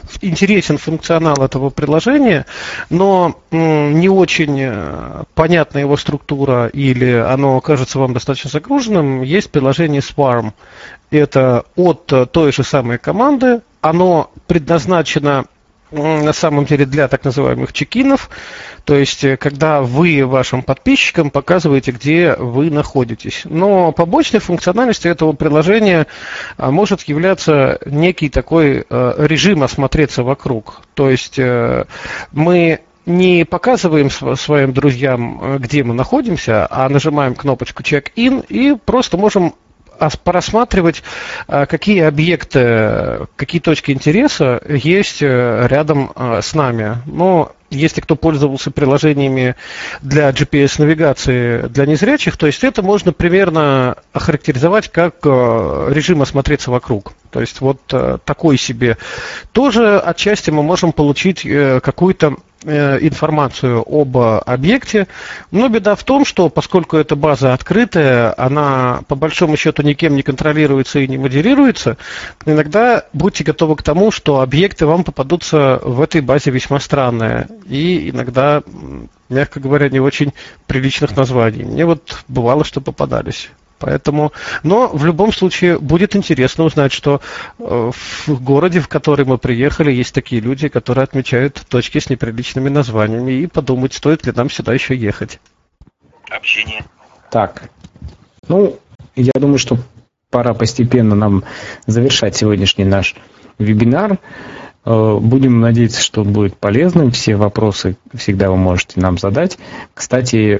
интересен функционал этого приложения, но не очень понятна его структура или оно кажется вам достаточно загруженным, есть приложение Swarm. Это от той же самой команды, оно предназначено на самом деле для так называемых чекинов, то есть когда вы вашим подписчикам показываете, где вы находитесь. Но побочной функциональностью этого приложения может являться некий такой режим осмотреться вокруг. То есть мы не показываем своим друзьям, где мы находимся, а нажимаем кнопочку «Check-in» и просто можем порассматривать, какие объекты, какие точки интереса есть рядом с нами. Но если кто пользовался приложениями для джи пи эс-навигации для незрячих, то есть это можно примерно охарактеризовать как режим осмотреться вокруг. То есть вот такой себе. Тоже отчасти мы можем получить какую-то информацию об объекте, но беда в том, что поскольку эта база открытая, она по большому счету никем не контролируется и не модерируется, иногда будьте готовы к тому, что объекты вам попадутся в этой базе весьма странные и иногда, мягко говоря, не очень приличных названий. Мне вот бывало, что попадались. Поэтому, но в любом случае будет интересно узнать, что в городе, в который мы приехали, есть такие люди, которые отмечают точки с неприличными названиями, и подумать, стоит ли нам сюда еще ехать. Общение. Так, ну, я думаю, что пора постепенно нам завершать сегодняшний наш вебинар. Будем надеяться, что он будет полезным. Все вопросы всегда вы можете нам задать. Кстати,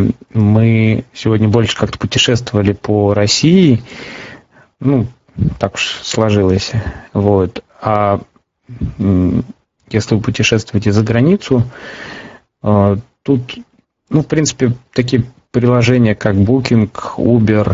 мы сегодня больше как-то путешествовали по России. Ну, так уж сложилось. Вот. А если вы путешествуете за границу, тут, ну, в принципе, такие приложения, как Booking, Uber,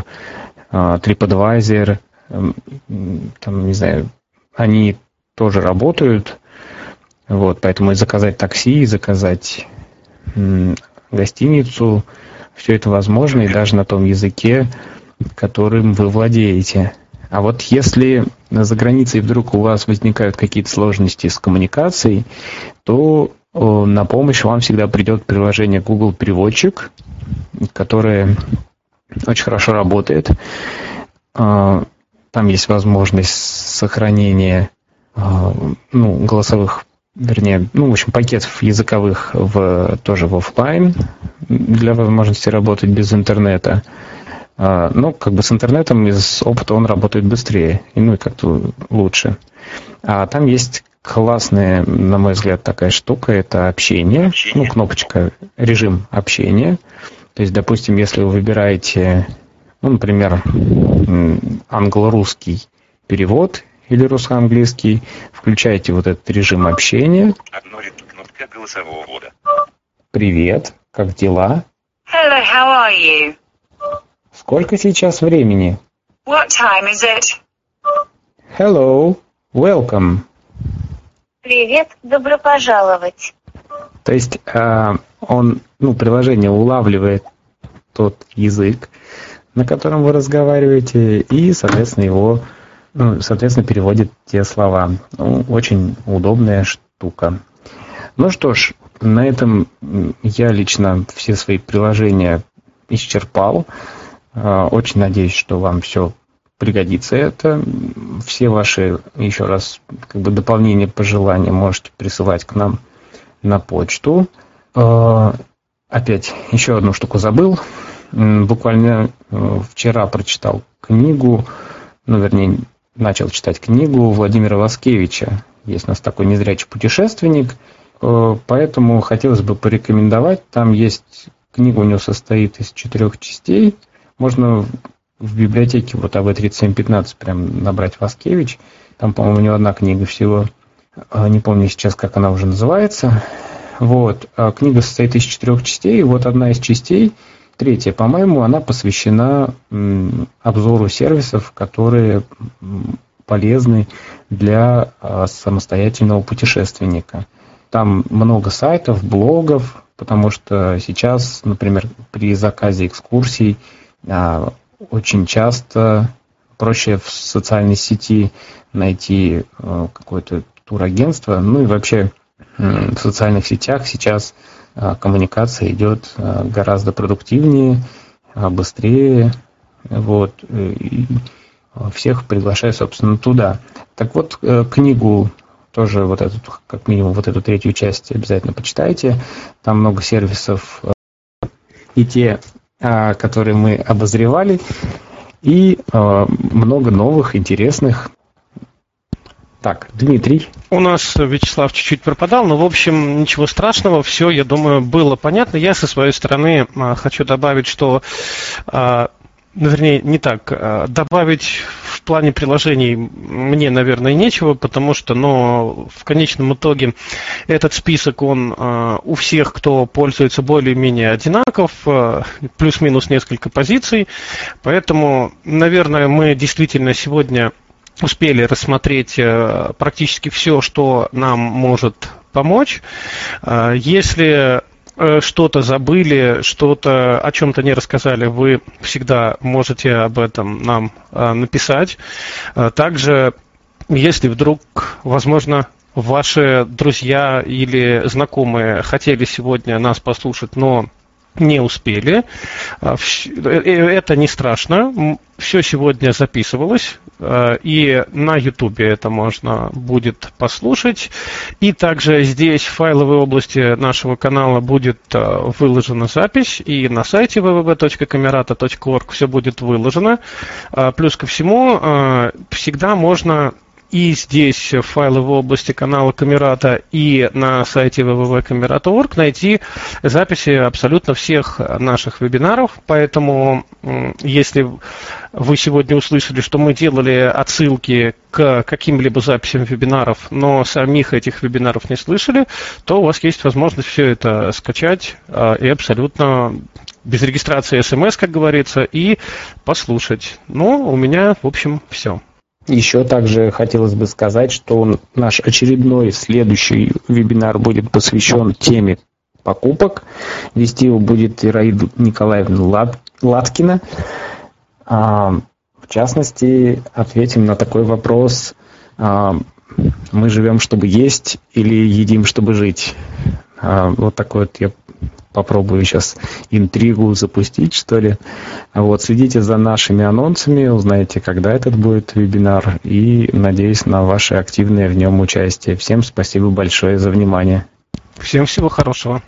TripAdvisor, там, не знаю, они тоже работают, вот, поэтому и заказать такси, и заказать м, гостиницу, все это возможно, и даже на том языке, которым вы владеете. А вот если за границей вдруг у вас возникают какие-то сложности с коммуникацией, то о, на помощь вам всегда придет приложение Google Переводчик, которое очень хорошо работает. Там есть возможность сохранения ну, голосовых, вернее, ну, в общем, пакетов языковых в, тоже в офлайн для возможности работать без интернета. Ну, как бы с интернетом из опыта он работает быстрее, и, ну, и как-то лучше. А там есть классная, на мой взгляд, такая штука, это общение, общение. Ну, кнопочка режим общения. То есть, допустим, если вы выбираете, ну, например, англо-русский перевод, или русско-английский, включайте вот этот режим общения. Одно кнопка голосового ввода. Привет, как дела? Hello, how are you? Сколько сейчас времени? What time is it? Hello, welcome. Привет, добро пожаловать. То есть он, ну, приложение улавливает тот язык, на котором вы разговариваете, и, соответственно, его Ну, соответственно, переводит те слова. Ну, очень удобная штука. Ну что ж, на этом я лично все свои приложения исчерпал. Очень надеюсь, что вам все пригодится это. Все ваши, еще раз, как бы дополнения, пожелания можете присылать к нам на почту. Опять еще одну штуку забыл. Буквально вчера прочитал книгу, ну, вернее, начал читать книгу Владимира Васкевича. Есть у нас такой незрячий путешественник, поэтому хотелось бы порекомендовать. Там есть, книга у него состоит из четырех частей. Можно в библиотеке вот эй ви тридцать семь пятнадцать прям набрать Васкевич. Там, по-моему, у него одна книга всего. Не помню сейчас, как она уже называется. Вот. Книга состоит из четырех частей. И вот одна из частей, третья, по-моему, она посвящена обзору сервисов, которые полезны для самостоятельного путешественника. Там много сайтов, блогов, потому что сейчас, например, при заказе экскурсий очень часто проще в социальной сети найти какой-то турагентства. Ну и вообще в социальных сетях сейчас коммуникация идет гораздо продуктивнее, быстрее. Вот. И всех приглашаю, собственно, туда. Так вот, книгу тоже вот эту, как минимум, вот эту третью часть обязательно почитайте. Там много сервисов, и те, которые мы обозревали, и много новых, интересных. Так, Дмитрий. У нас Вячеслав чуть-чуть пропадал, но, в общем, ничего страшного, все, я думаю, было понятно. Я со своей стороны хочу добавить, что... Вернее, не так. Добавить в плане приложений мне, наверное, нечего, потому что, но в конечном итоге этот список, он у всех, кто пользуется, более-менее одинаков, плюс-минус несколько позиций. Поэтому, наверное, мы действительно сегодня успели рассмотреть практически все, что нам может помочь. Если что-то забыли, что-то о чем-то не рассказали, вы всегда можете об этом нам написать. Также, если вдруг, возможно, ваши друзья или знакомые хотели сегодня нас послушать, но не успели, это не страшно. Все сегодня записывалось, и на YouTube это можно будет послушать. И также здесь в файловой области нашего канала будет выложена запись, и на сайте дабл ю дабл ю дабл ю точка камерата точка орг все будет выложено. Плюс ко всему, всегда можно и здесь в файловой области канала Камерата, и на сайте дабл ю дабл ю дабл ю точка камерата точка орг найти записи абсолютно всех наших вебинаров. Поэтому, если вы сегодня услышали, что мы делали отсылки к каким-либо записям вебинаров, но самих этих вебинаров не слышали, то у вас есть возможность все это скачать и абсолютно без регистрации эс эм эс, как говорится, и послушать. Ну, у меня, в общем, все. Еще также хотелось бы сказать, что наш очередной следующий вебинар будет посвящен теме покупок. Вести его будет Ираида Николаевна Латкина. В частности, ответим на такой вопрос: мы живем, чтобы есть, или едим, чтобы жить? Вот такой вот я попробую сейчас интригу запустить, что ли. Вот, следите за нашими анонсами, узнаете, когда этот будет вебинар, и надеюсь на ваше активное в нем участие. Всем спасибо большое за внимание. Всем всего хорошего.